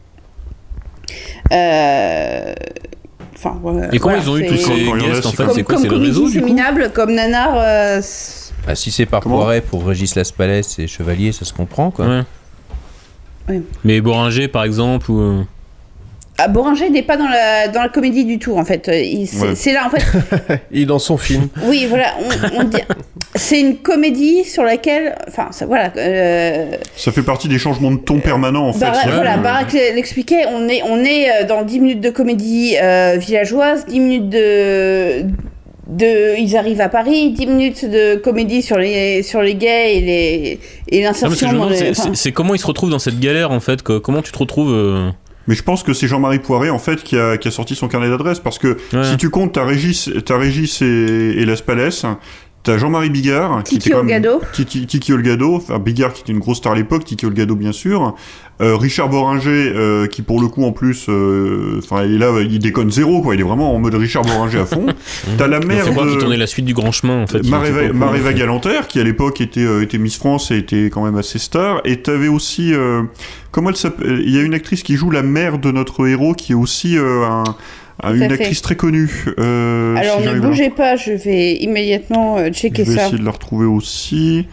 Et comment ils ont eu tous ces guests, en fait? C'est quoi? C'est le réseau, du coup? C'est minable, comme Nanar... si c'est par Poiret pour Régis Laspalès et Chevalier, ça se comprend, quoi. Ouais. Mais Boringer, par exemple, ou... Boringer n'est pas dans la comédie du tout, en fait. C'est là, en fait... Il est dans son film. Oui, voilà. On dit... C'est une comédie sur laquelle... Enfin, voilà. Ça fait partie des changements de ton permanents, en fait. Voilà, Barak l'expliquait. On est dans 10 minutes de comédie villageoise, 10 minutes de... Ils arrivent à Paris, 10 minutes de comédie sur les gays et l'insertion dans les... C'est comment ils se retrouvent dans cette galère, en fait. Comment tu te retrouves... Mais je pense que c'est Jean-Marie Poiret, en fait, qui a sorti son carnet d'adresses, parce que si tu comptes, t'as Régis et Laspalès, t'as Jean-Marie Bigard, Tiki Olgado, enfin Bigard qui était une grosse star à l'époque, Tiki Olgado bien sûr, Richard Boringer qui pour le coup en plus, il déconne zéro, quoi, il est vraiment en mode Richard Boringer à fond. T'as la mère qui tournait la suite du Grand Chemin, en fait. Maréva Galanter qui à l'époque était Miss France et était quand même assez star, et t'avais aussi comment elle s'appelle, il y a une actrice qui joue la mère de notre héros qui est aussi une actrice très connue. Alors ne bougez pas, je vais immédiatement checker ça. Je vais essayer de la retrouver aussi.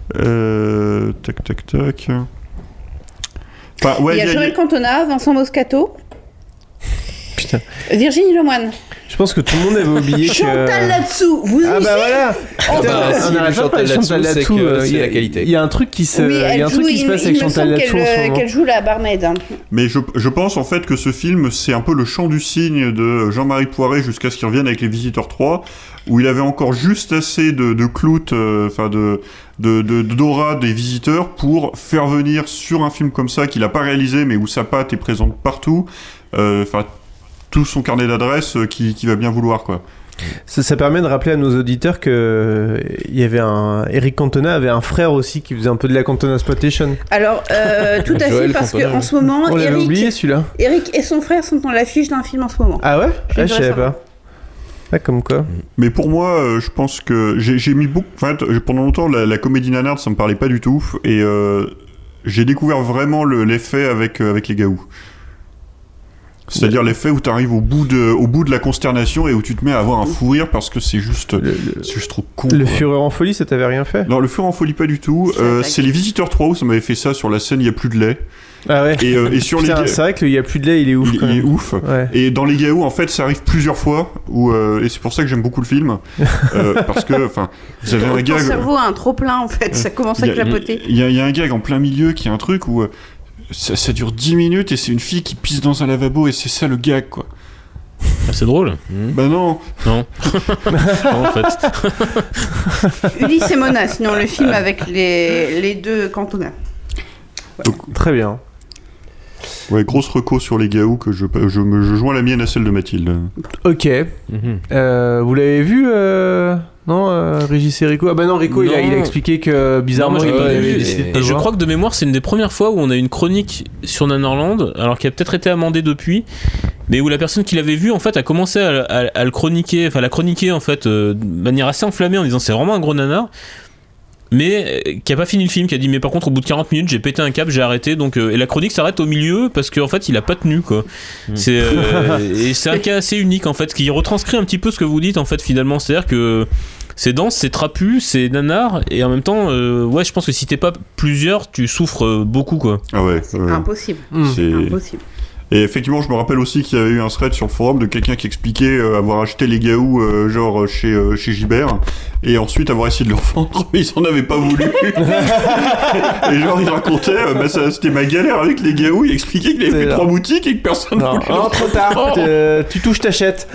Tac. Enfin, il y a Joël Cantona, Vincent Moscato, Putain. Virginie Lemoine. Je pense que tout le monde avait oublié Chantal Latsou, vous Ah bah voilà. On a Chantal Latsou, c'est la qualité. Il y a un truc qui se passe avec Chantal Latsou en ce moment. Qu'elle joue la barmaid. Mais je pense en fait que ce film, c'est un peu le chant du cygne de Jean-Marie Poiret jusqu'à ce qu'il revienne avec Les Visiteurs 3, où il avait encore juste assez de clout, de d'aura des visiteurs pour faire venir sur un film comme ça qu'il a pas réalisé mais où sa patte est présente partout, tout son carnet d'adresses qui va bien vouloir, quoi. Ça permet de rappeler à nos auditeurs que il y avait Eric Cantona avait un frère aussi qui faisait un peu de la Cantona Exploitation. Alors tout à fait, parce qu'en ce moment on l'avait oublié celui-là. Eric et son frère sont dans l'affiche d'un film en ce moment. Ah ouais? Je savais pas. Ah, comme quoi. Mais pour moi, je pense que j'ai mis beaucoup. En fait, pendant longtemps, la comédie nanarde, ça me parlait pas du tout, et j'ai découvert vraiment l'effet avec les Gaou. C'est-à-dire l'effet où tu arrives au bout de la consternation et où tu te mets à avoir un fou rire parce que c'est juste trop con. Le Fureur en folie, ça t'avait rien fait? Non, le Fureur en folie, pas du tout. C'est Les Visiteurs 3 où ça m'avait fait ça sur la scène Il y a plus de lait. Ah ouais. Et sur Putain, c'est vrai qu'il y a plus de lait, il est ouf. Il est ouf. Ouais. Et dans les Gaou, en fait, ça arrive plusieurs fois. Et c'est pour ça que j'aime beaucoup le film. Parce que, enfin, vous avez un gag. Ton cerveau a un trop plein, en fait. Ça commence à clapoter. Il y a un gag en plein milieu qui est un truc où ça dure 10 minutes et c'est une fille qui pisse dans un lavabo et c'est ça le gag, quoi. Ah, c'est drôle. Bah non. Non, en fait. Ulysse et Mona, sinon le film avec les deux Cantona. Donc, très bien. Ouais, grosse reco sur les Gaou que je joins la mienne à celle de Mathilde. Ok. Vous l'avez vu non, Régis et Rico. Ah bah non, Rico il a expliqué que bizarrement il avait décidé de pas et je voir. crois que de mémoire c'est une des premières fois où on a une chronique sur Nanarland, alors qui a peut-être été amendée depuis, mais où la personne qui l'avait vu en fait a commencé à le chroniquer, enfin la chroniquer en fait de manière assez enflammée en disant c'est vraiment un gros nanar, mais qui a pas fini le film, qui a dit mais par contre au bout de 40 minutes j'ai pété un câble, j'ai arrêté, donc et la chronique s'arrête au milieu parce qu'en fait il a pas tenu, quoi. C'est et c'est un cas assez unique en fait qui retranscrit un petit peu ce que vous dites en fait finalement, c'est-à-dire que c'est dense, c'est trapu, c'est nanar, et en même temps ouais, je pense que si t'es pas plusieurs tu souffres beaucoup, quoi. Ah ouais, c'est impossible. C'est impossible. Et effectivement, je me rappelle aussi qu'il y avait eu un thread sur le forum de quelqu'un qui expliquait avoir acheté les Gaou genre chez Gibert et ensuite avoir essayé de leur vendre, mais ils en avaient pas voulu. Et genre il racontait, c'était ma galère avec les Gaou, il expliquait qu'il avait fait 3 boutiques et que personne ne voulait. Non, trop tard. Tu touches, t'achètes.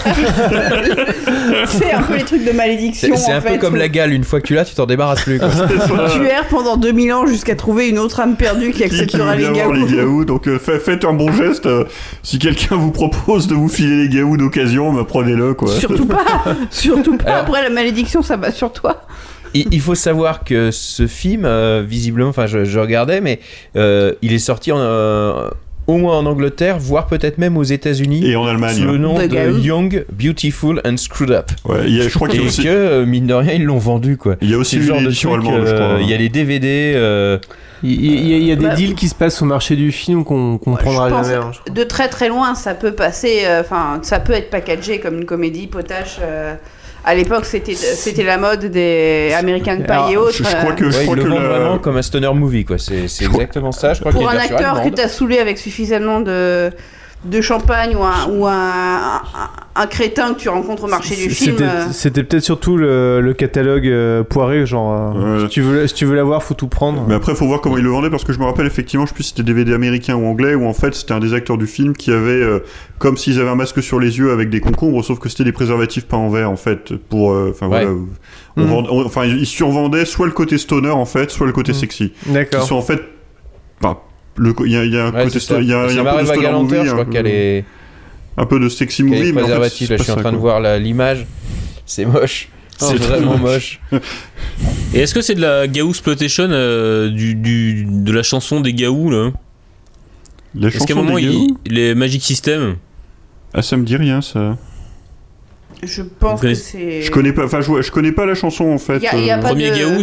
C'est un peu les trucs de malédiction. C'est un peu comme la gale, une fois que tu l'as, tu t'en débarrasses plus. Tu erres pendant 2000 ans jusqu'à trouver une autre âme perdue qui acceptera les Gaou. Donc faites un bon geste. Si quelqu'un vous propose de vous filer les Gaou d'occasion, prenez-le quoi. Surtout pas. Alors, après la malédiction, ça va sur toi. Il faut savoir que ce film, visiblement, enfin je regardais, mais il est sorti au moins en Angleterre, voire peut-être même aux États-Unis. Et en Allemagne. Sous le nom de Young, Beautiful and Screwed Up. Ouais, je crois qu'il y a aussi... que, mine de rien, ils l'ont vendu, quoi. Il y a aussi une édition allemande, je crois. Il y a les DVD... Il y a des deals qui se passent au marché du film qu'on comprendra jamais. De très très loin, ça peut passer. Ça peut être packagé comme une comédie potache. À l'époque, c'était la mode des American Pie et autres. Je crois que ils le vendent vraiment comme un stoner movie, quoi. C'est exactement ça. Je crois pour un acteur que t'as saoulé avec suffisamment de champagne ou un crétin que tu rencontres au marché du film. C'était peut-être surtout le catalogue poiré, genre si tu veux l'avoir, faut tout prendre. Mais après, faut voir comment ils le vendaient, parce que je me rappelle effectivement, je sais plus si c'était DVD américain ou anglais, où en fait c'était un des acteurs du film qui avait comme s'ils avaient un masque sur les yeux avec des concombres, sauf que c'était des préservatifs pas en verre en fait. Voilà. Ils survendaient soit le côté stoner en fait, soit le côté sexy. D'accord. Qui sont en fait. Il y a un côté il y a un peu de stoner movie, je crois qu'elle est un peu de sexy movie, mais en fait, là, je suis en train de voir l'image, c'est moche, c'est vraiment moche. Et est-ce que c'est de la Gaou exploitation de la chanson des Gaou là? Est-ce qu'à un moment les Magic System? Ah, ça me dit rien ça. Je pense que c'est. Je connais pas, je connais pas la chanson en fait. Y a pas premier Gaou.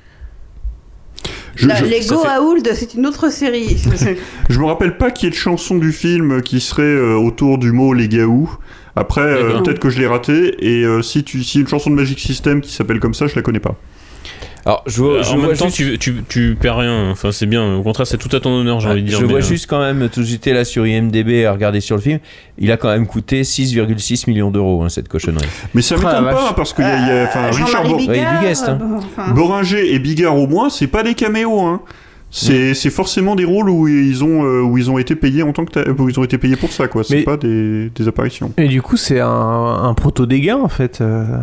Lego Aould, c'est une autre série. Je me rappelle pas qu'il y ait de chanson du film qui serait autour du mot les Gaou. Après, peut-être que je l'ai raté. Et si une chanson de Magic System qui s'appelle comme ça, je la connais pas. Alors, en même temps, tu perds rien. Enfin, c'est bien. Au contraire, c'est tout à ton honneur, j'ai envie de dire. Je vois juste quand même, j'étais là sur IMDb à regarder sur le film. Il a quand même coûté 6,6 millions d'euros, cette cochonnerie. Mais ça m'étonne pas, parce qu'il y a Richard Boringer et Bigard au moins, c'est pas des caméos, hein. C'est forcément des rôles où ils ont été payés en tant que où ils ont été payés pour ça, quoi. C'est pas des apparitions. Et du coup, c'est un proto-dégât en fait.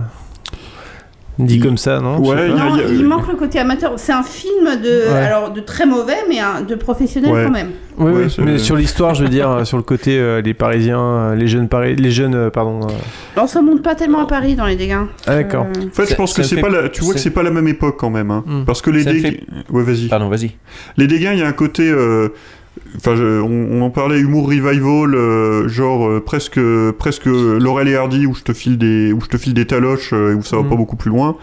Dit comme ça, non? Ouais, il manque le côté amateur. C'est un film de très mauvais, mais de professionnel quand même. Oui, mais sur l'histoire, je veux dire, sur le côté les Parisiens, les jeunes, pardon. Non, ça monte pas tellement à Paris dans les dégâts. Ah d'accord. En fait, je pense que c'est pas tu vois que c'est pas la même époque quand même, hein. Parce que les dégâts. Ouais, vas-y. Pardon, vas-y. Les dégâts, il y a un côté. On en parlait, humour revival, presque Laurel et Hardy, où je te file des taloches et où ça va pas beaucoup plus loin.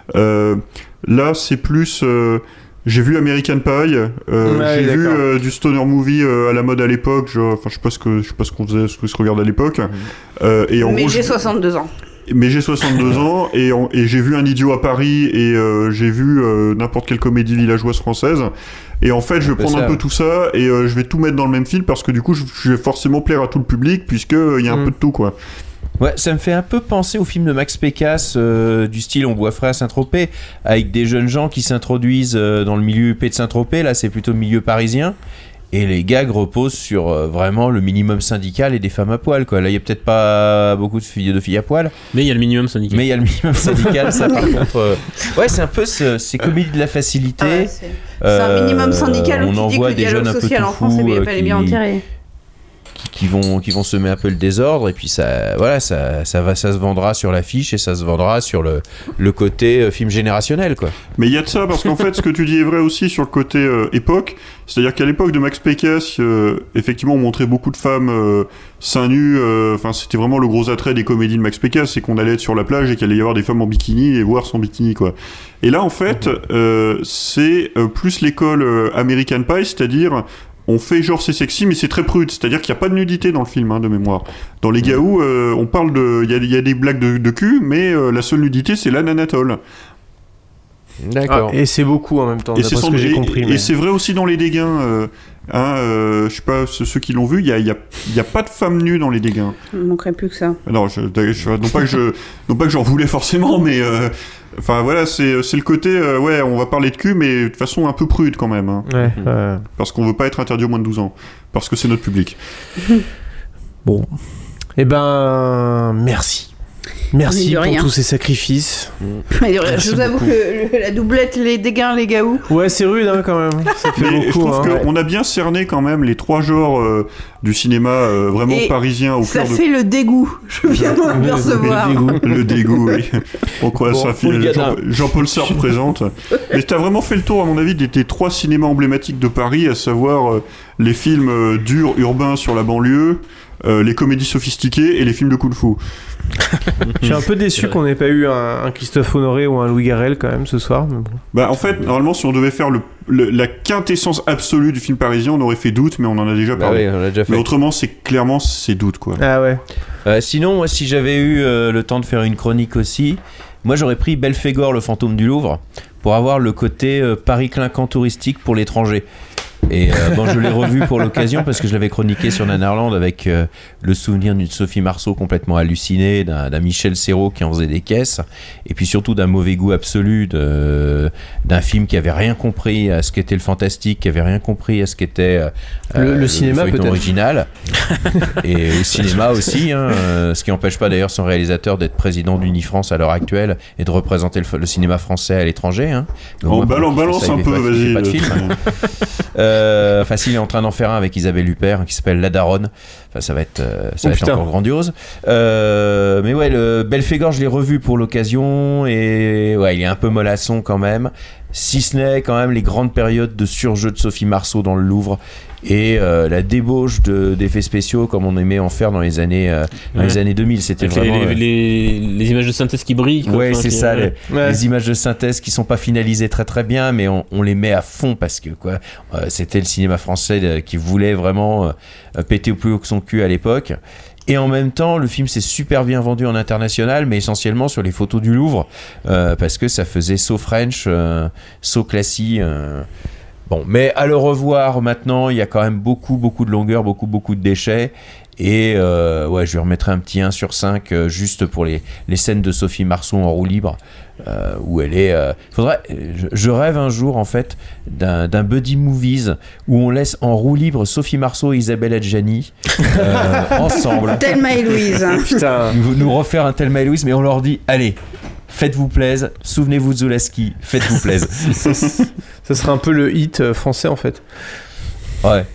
Là, c'est plus. J'ai vu American Pie, j'ai vu du stoner movie à la mode à l'époque. Je sais pas ce qu'on faisait, ce que se regarde à l'époque. Et en gros, j'ai 62 ans. Mais j'ai 62 ans et j'ai vu Un idiot à Paris et j'ai vu n'importe quelle comédie villageoise française. Et en fait, je vais prendre un peu tout ça et je vais tout mettre dans le même film parce que du coup, je vais forcément plaire à tout le public puisqu'il y a un peu de tout, quoi. Ouais, ça me fait un peu penser au film de Max Pécasse du style On boit frais à Saint-Tropez, avec des jeunes gens qui s'introduisent dans le milieu UP de Saint-Tropez. Là, c'est plutôt le milieu parisien. Et les gags reposent sur vraiment le minimum syndical et des femmes à poil, quoi. Là, il n'y a peut-être pas beaucoup de filles à poil. Mais il y a le minimum syndical. Ça, par contre... Ouais, c'est un peu ces comédies de la facilité. C'est un minimum syndical où tu dis que le dialogue social en France est bien enterré. Qui vont semer un peu le désordre, et puis ça se vendra sur l'affiche et ça se vendra sur le côté film générationnel, quoi. Mais il y a de ça, parce qu'en fait ce que tu dis est vrai aussi sur le côté époque, c'est-à-dire qu'à l'époque de Max Pécasse, effectivement on montrait beaucoup de femmes seins nus, c'était vraiment le gros attrait des comédies de Max Pécasse, c'est qu'on allait être sur la plage et qu'il allait y avoir des femmes en bikini et voir sans bikini, quoi. Et là en fait c'est plus l'école American Pie, c'est-à-dire on fait genre c'est sexy, mais c'est très prude. C'est-à-dire qu'il n'y a pas de nudité dans le film, hein, de mémoire. Dans les Gaou, on parle de... Il y a des blagues de cul, mais la seule nudité, c'est l'anatole. D'accord. Et c'est beaucoup en même temps, Et d'après ce que j'ai compris. Et c'est vrai aussi dans les dégâts. Je sais pas, ceux qui l'ont vu, il y a pas de femmes nues dans les dégâts. Il ne manquerait plus que ça. Non, non pas que j'en voulais forcément, mais enfin voilà, c'est le côté ouais, on va parler de cul, mais de façon un peu prude quand même. Hein. Ouais, parce qu'on veut pas être interdit aux moins de 12 ans, parce que c'est notre public. Bon, eh ben merci. Merci pour rien. tous ces sacrifices. Je vous avoue que la doublette, les dégâts, les gaous. Ouais, c'est rude hein, quand même. Ça fait mais beaucoup. Je trouve hein. qu'on a bien cerné quand même les 3 genres du cinéma vraiment Et parisien. ça fait le dégoût. Je viens de m'apercevoir. Le dégoût, oui. On croit ça, Jean-Paul Sartre présente. Mais t'as vraiment fait le tour, à mon avis, des 3 cinémas emblématiques de Paris, à savoir les films durs, urbains sur la banlieue, les comédies sophistiquées et les films de kung-fu. Je suis un peu déçu qu'on n'ait pas eu un Christophe Honoré ou un Louis Garrel quand même ce soir. Mais bon. Bah en fait, normalement, si on devait faire la quintessence absolue du film parisien, on aurait fait Doute, mais on en a déjà parlé. Oui, on l'a déjà fait. Mais autrement, c'est Doute, quoi. Ah ouais. Sinon, moi, si j'avais eu le temps de faire une chronique aussi, moi j'aurais pris Belphégor, le fantôme du Louvre, pour avoir le côté Paris clinquant touristique pour l'étranger. Et bon, je l'ai revu pour l'occasion parce que je l'avais chroniqué sur Nanarland avec le souvenir d'une Sophie Marceau complètement hallucinée, d'un Michel Serrault qui en faisait des caisses, et puis surtout d'un mauvais goût absolu d'un film qui avait rien compris à ce qu'était le fantastique, qui avait rien compris à ce qu'était le cinéma peut-être original, et au cinéma aussi, hein, ce qui n'empêche pas d'ailleurs son réalisateur d'être président d'Unifrance à l'heure actuelle et de représenter le cinéma français à l'étranger. Hein. Donc, balance un peu, vas-y. Pas de film. Enfin, s'il est en train d'en faire un avec Isabelle Huppert qui s'appelle La Daronne, enfin, ça va être encore grandiose. Mais ouais, le Belphégor, je l'ai revu pour l'occasion et ouais, il est un peu mollasson quand même. Si ce n'est quand même les grandes périodes de surjeu de Sophie Marceau dans le Louvre et la débauche d'effets spéciaux comme on aimait en faire dans les années 2000. C'était avec vraiment les images de synthèse qui brillent. Quoi, ouais, c'est ça. Les images de synthèse qui sont pas finalisées très très bien, mais on les met à fond parce que quoi, c'était le cinéma français qui voulait vraiment péter au plus haut que son cul à l'époque. Et en même temps, le film s'est super bien vendu en international, mais essentiellement sur les photos du Louvre, parce que ça faisait so French, so classy. Bon, mais à le revoir maintenant, il y a quand même beaucoup de longueur, beaucoup de déchets. Et ouais, je lui remettrai un petit 1 sur 5 juste pour les scènes de Sophie Marceau en roue libre, où elle est... je rêve un jour, en fait, d'un buddy movies où on laisse en roue libre Sophie Marceau et Isabelle Adjani ensemble. Thelma et Louise. Putain. Nous refaire un Thelma et Louise, mais on leur dit, allez, faites-vous plaisir, souvenez-vous de Zulaski, faites-vous plaisir. Ça serait un peu le hit français, en fait. Ouais.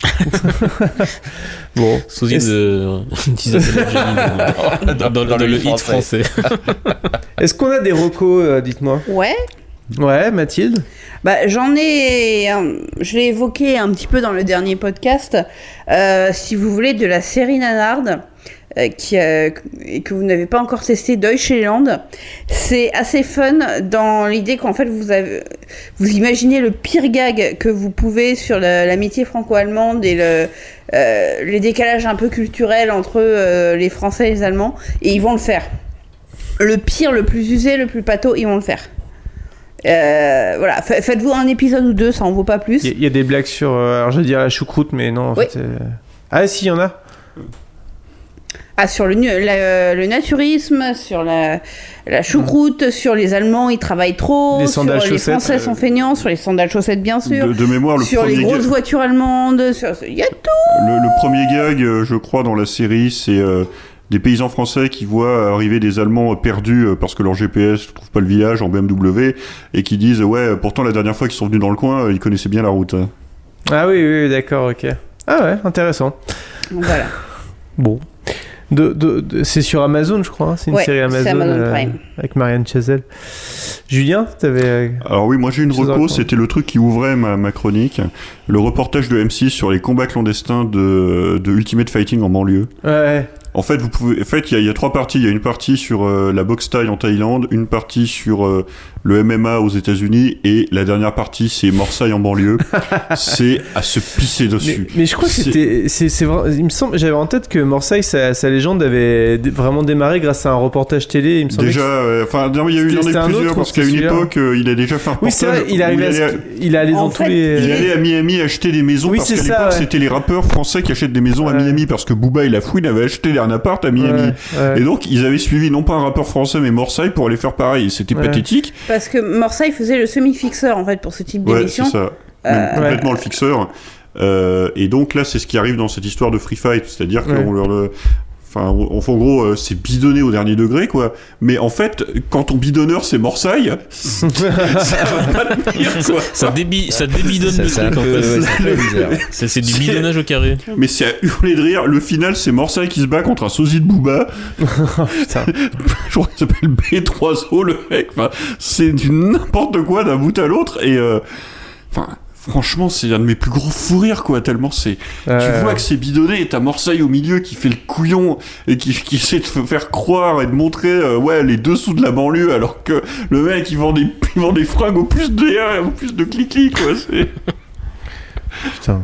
Bon, souvenez d'Isabelle Adjani dans le hit français. Est-ce qu'on a des recos, dites-moi? Ouais, Mathilde? Bah, j'en ai... je l'ai évoqué un petit peu dans le dernier podcast. Si vous voulez, de la série Nanarde, et que vous n'avez pas encore testé, Deutschland. C'est assez fun dans l'idée qu'en fait vous imaginez le pire gag que vous pouvez sur l'amitié franco-allemande et les décalages un peu culturels entre les Français et les Allemands, et ils vont le faire. Le pire, le plus usé, le plus pâteau, ils vont le faire. Voilà, faites-vous un épisode ou 2, ça en vaut pas plus. Il y a des blagues sur, alors je vais dire la choucroute, mais non, en fait. Ah si, il y en a. Ah, sur le naturisme, sur la choucroute, sur les Allemands, ils travaillent trop, les sur les Français sont feignants, sur les sandales chaussettes, bien sûr. De mémoire, sur les grosses voitures allemandes, il y a tout. Le premier gag, je crois, dans la série, c'est des paysans français qui voient arriver des Allemands perdus parce que leur GPS ne trouve pas le village en BMW et qui disent ouais, pourtant la dernière fois qu'ils sont venus dans le coin, ils connaissaient bien la route. Ah oui, d'accord, ok. Ah ouais, intéressant. Voilà. Bon. C'est sur Amazon, je crois. Hein. C'est une série Amazon, avec Marianne Chazelle. Julien, t'avais. Alors oui, moi j'ai une reco. C'était le truc qui ouvrait ma chronique. Le reportage de M6 sur les combats clandestins de Ultimate Fighting en banlieue. Ouais. En fait, il y a 3 parties. Il y a une partie sur la boxe thaï en Thaïlande, une partie sur le MMA aux États-Unis, et la dernière partie, c'est Morsaille en banlieue. C'est à se pisser dessus. Mais je crois que c'est vrai, il me semble, j'avais en tête que Morsaille, sa légende avait vraiment démarré grâce à un reportage télé. Il me semblait déjà, il y a eu plusieurs, parce qu'à une époque, il a déjà fait un reportage. Oui, c'est vrai, il allait dans tous les... Il allait à Miami acheter des maisons, parce qu'à l'époque, c'était les rappeurs français qui achètent des maisons à Miami, parce que Booba et La Fouine avaient acheté un appart à Miami. Et donc, ils avaient suivi non pas un rappeur français, mais Morsaille pour aller faire pareil. C'était pathétique. Parce que Morsaille faisait le semi-fixeur, en fait, pour ce type d'émission. Ouais, c'est ça. Même complètement le fixeur. Et donc là, c'est ce qui arrive dans cette histoire de free fight. C'est-à-dire qu'on leur... Enfin, en gros, c'est bidonné au dernier degré, quoi. Mais en fait, quand ton bidonneur, c'est Morsaille, ça va pas tenir, quoi. Ça débidonne le truc, en fait. C'est du bidonnage au carré. Mais c'est à hurler de rire. Le final, c'est Morsaille qui se bat contre un sosie de Booba. Putain. Je crois qu'il s'appelle B3O, le mec. Enfin, c'est du n'importe quoi d'un bout à l'autre. Et... franchement, c'est un de mes plus gros fous rires, quoi, tellement c'est... Tu vois que c'est bidonné et t'as Morsaille au milieu qui fait le couillon et qui essaie de faire croire et de montrer les dessous de la banlieue, alors que le mec, il vend des fringues au plus de clic-clic, quoi. C'est... Putain.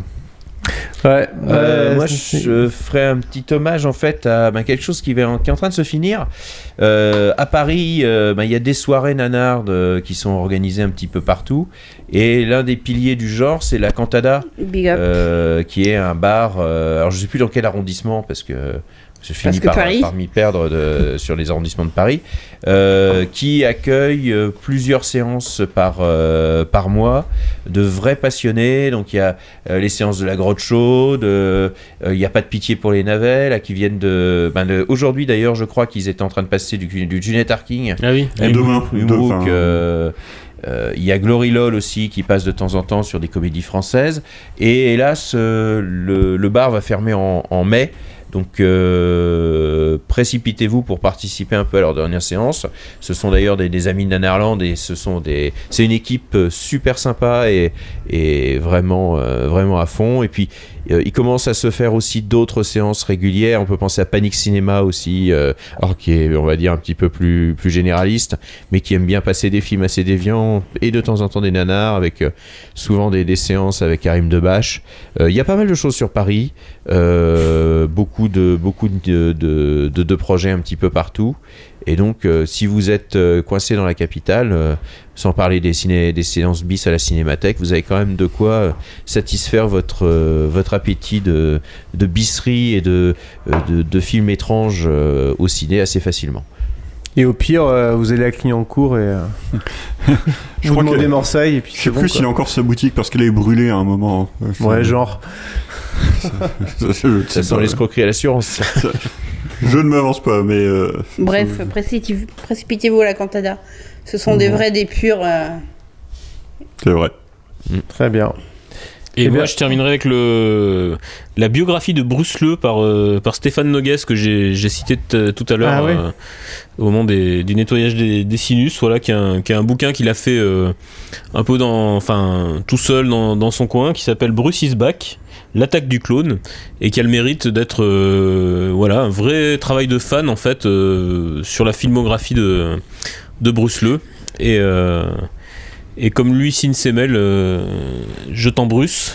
Moi, je ferais un petit hommage en fait à quelque chose qui est en train de se finir. À Paris, il y a des soirées nanardes qui sont organisées un petit peu partout. Et l'un des piliers du genre, c'est la Cantada, qui est un bar. Alors, je ne sais plus dans quel arrondissement, parce que je finis par m'y perdre sur les arrondissements de Paris, qui accueille plusieurs séances par mois de vrais passionnés. Donc il y a les séances de la Grotte Chaude, il n'y a pas de pitié pour les navets, là, qui viennent aujourd'hui d'ailleurs, je crois qu'ils étaient en train de passer du Junet Arking. Ah oui. Demain. Il y a Glory LOL aussi qui passe de temps en temps sur des comédies françaises. Et hélas, le bar va fermer en mai. Donc précipitez-vous pour participer un peu à leur dernière séance. Ce sont d'ailleurs des amis de Nanarland et c'est une équipe super sympa et vraiment à fond. Et puis il commence à se faire aussi d'autres séances régulières. On peut penser à Panic Cinéma aussi, alors qui est, on va dire, un petit peu plus généraliste, mais qui aime bien passer des films assez déviants et de temps en temps des nanars, avec souvent des séances avec Karim Debache. Il y a pas mal de choses sur Paris, beaucoup de projets un petit peu partout. Et donc, si vous êtes coincé dans la capitale, sans parler des séances bis à la Cinémathèque, vous avez quand même de quoi satisfaire votre appétit de bisserie et de films étranges au ciné assez facilement. Et au pire, vous allez à Clignancourt et vous demandez Morsaille. Et puis je sais plus s'il a encore sa boutique parce qu'elle est brûlée à un moment. Ouais, genre. Ça sent l'escroquerie à l'assurance. Je ne m'avance pas, mais... Bref, précipitez-vous à la Cantada. Ce sont des vrais, des purs... C'est vrai. Très bien. Et moi, je terminerai avec la biographie de Bruce Lee par Stéphane Noguès, que j'ai cité tout à l'heure, au moment du nettoyage des sinus, voilà, qui est un bouquin qu'il a fait un peu tout seul dans son coin, qui s'appelle Bruce is Back, l'attaque du clone, et qui a le mérite d'être un vrai travail de fan en fait sur la filmographie de Bruce Lee. Et comme lui signe ses mails, je t'embrusse.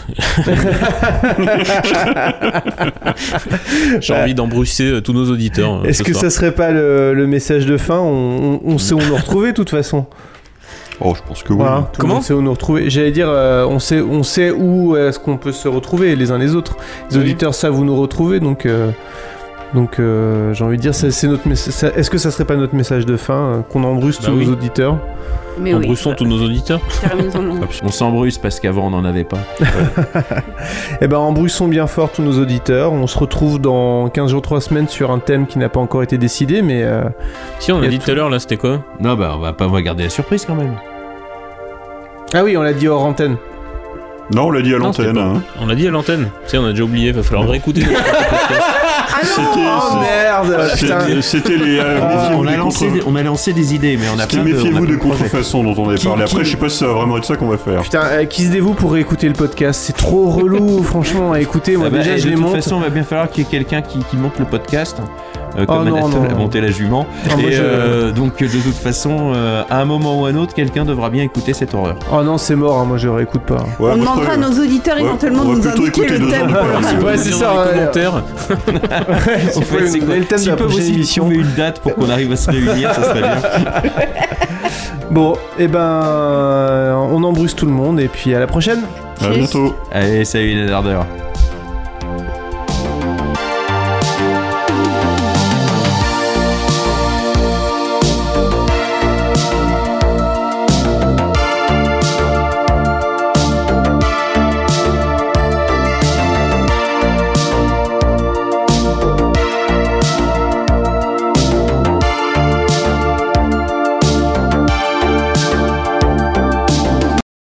J'ai envie d'embrusser tous nos auditeurs. Est-ce que ça serait pas le message de fin? On sait où nous retrouver de toute façon. Oh, je pense que oui. Voilà, comment on sait où nous retrouver? J'allais dire, on sait où est-ce qu'on peut se retrouver les uns les autres. Les auditeurs savent où nous retrouver, donc j'ai envie de dire, c'est notre est-ce que ça serait pas notre message de fin, qu'on embrusse tous nos auditeurs? Mais Embrussons tous nos auditeurs. On s'embrusse parce qu'avant on n'en avait pas. Eh ben, embrussons bien fort tous nos auditeurs. On se retrouve dans 15 jours, 3 semaines sur un thème qui n'a pas encore été décidé, mais... Si, on a dit tout à l'heure, là, c'était quoi? Non, on va garder la surprise quand même. Ah oui, on l'a dit hors antenne. Non, on l'a dit à l'antenne. On l'a dit à l'antenne. Tu sais, on a déjà oublié, il va falloir réécouter notre podcast. merde. C'était les. On a lancé des idées, mais on a plein de. Méfiez-vous des contrefaçons dont on avait parlé. Après, je sais pas si ça va vraiment être ça qu'on va faire. Putain, kiss-vous pour écouter le podcast. C'est trop relou, franchement, à écouter. Moi, déjà, je les monte. De toute façon, il va bien falloir qu'il y ait quelqu'un qui monte le podcast. Comme Anatole a monté la jument. Donc, de toute façon, à un moment ou à un autre, quelqu'un devra bien écouter cette horreur. Oh non, c'est mort, moi je réécoute pas. On demandera à nos auditeurs éventuellement de nous indiquer le thème. Ouais, c'est ça. Commentaires. On fait le thème de la prochaine émission. Trouver une date pour qu'on arrive à se réunir, ça serait bien. Bon, et on embrusse tout le monde et puis à la prochaine. À bientôt. Allez, salut les nerdeurs.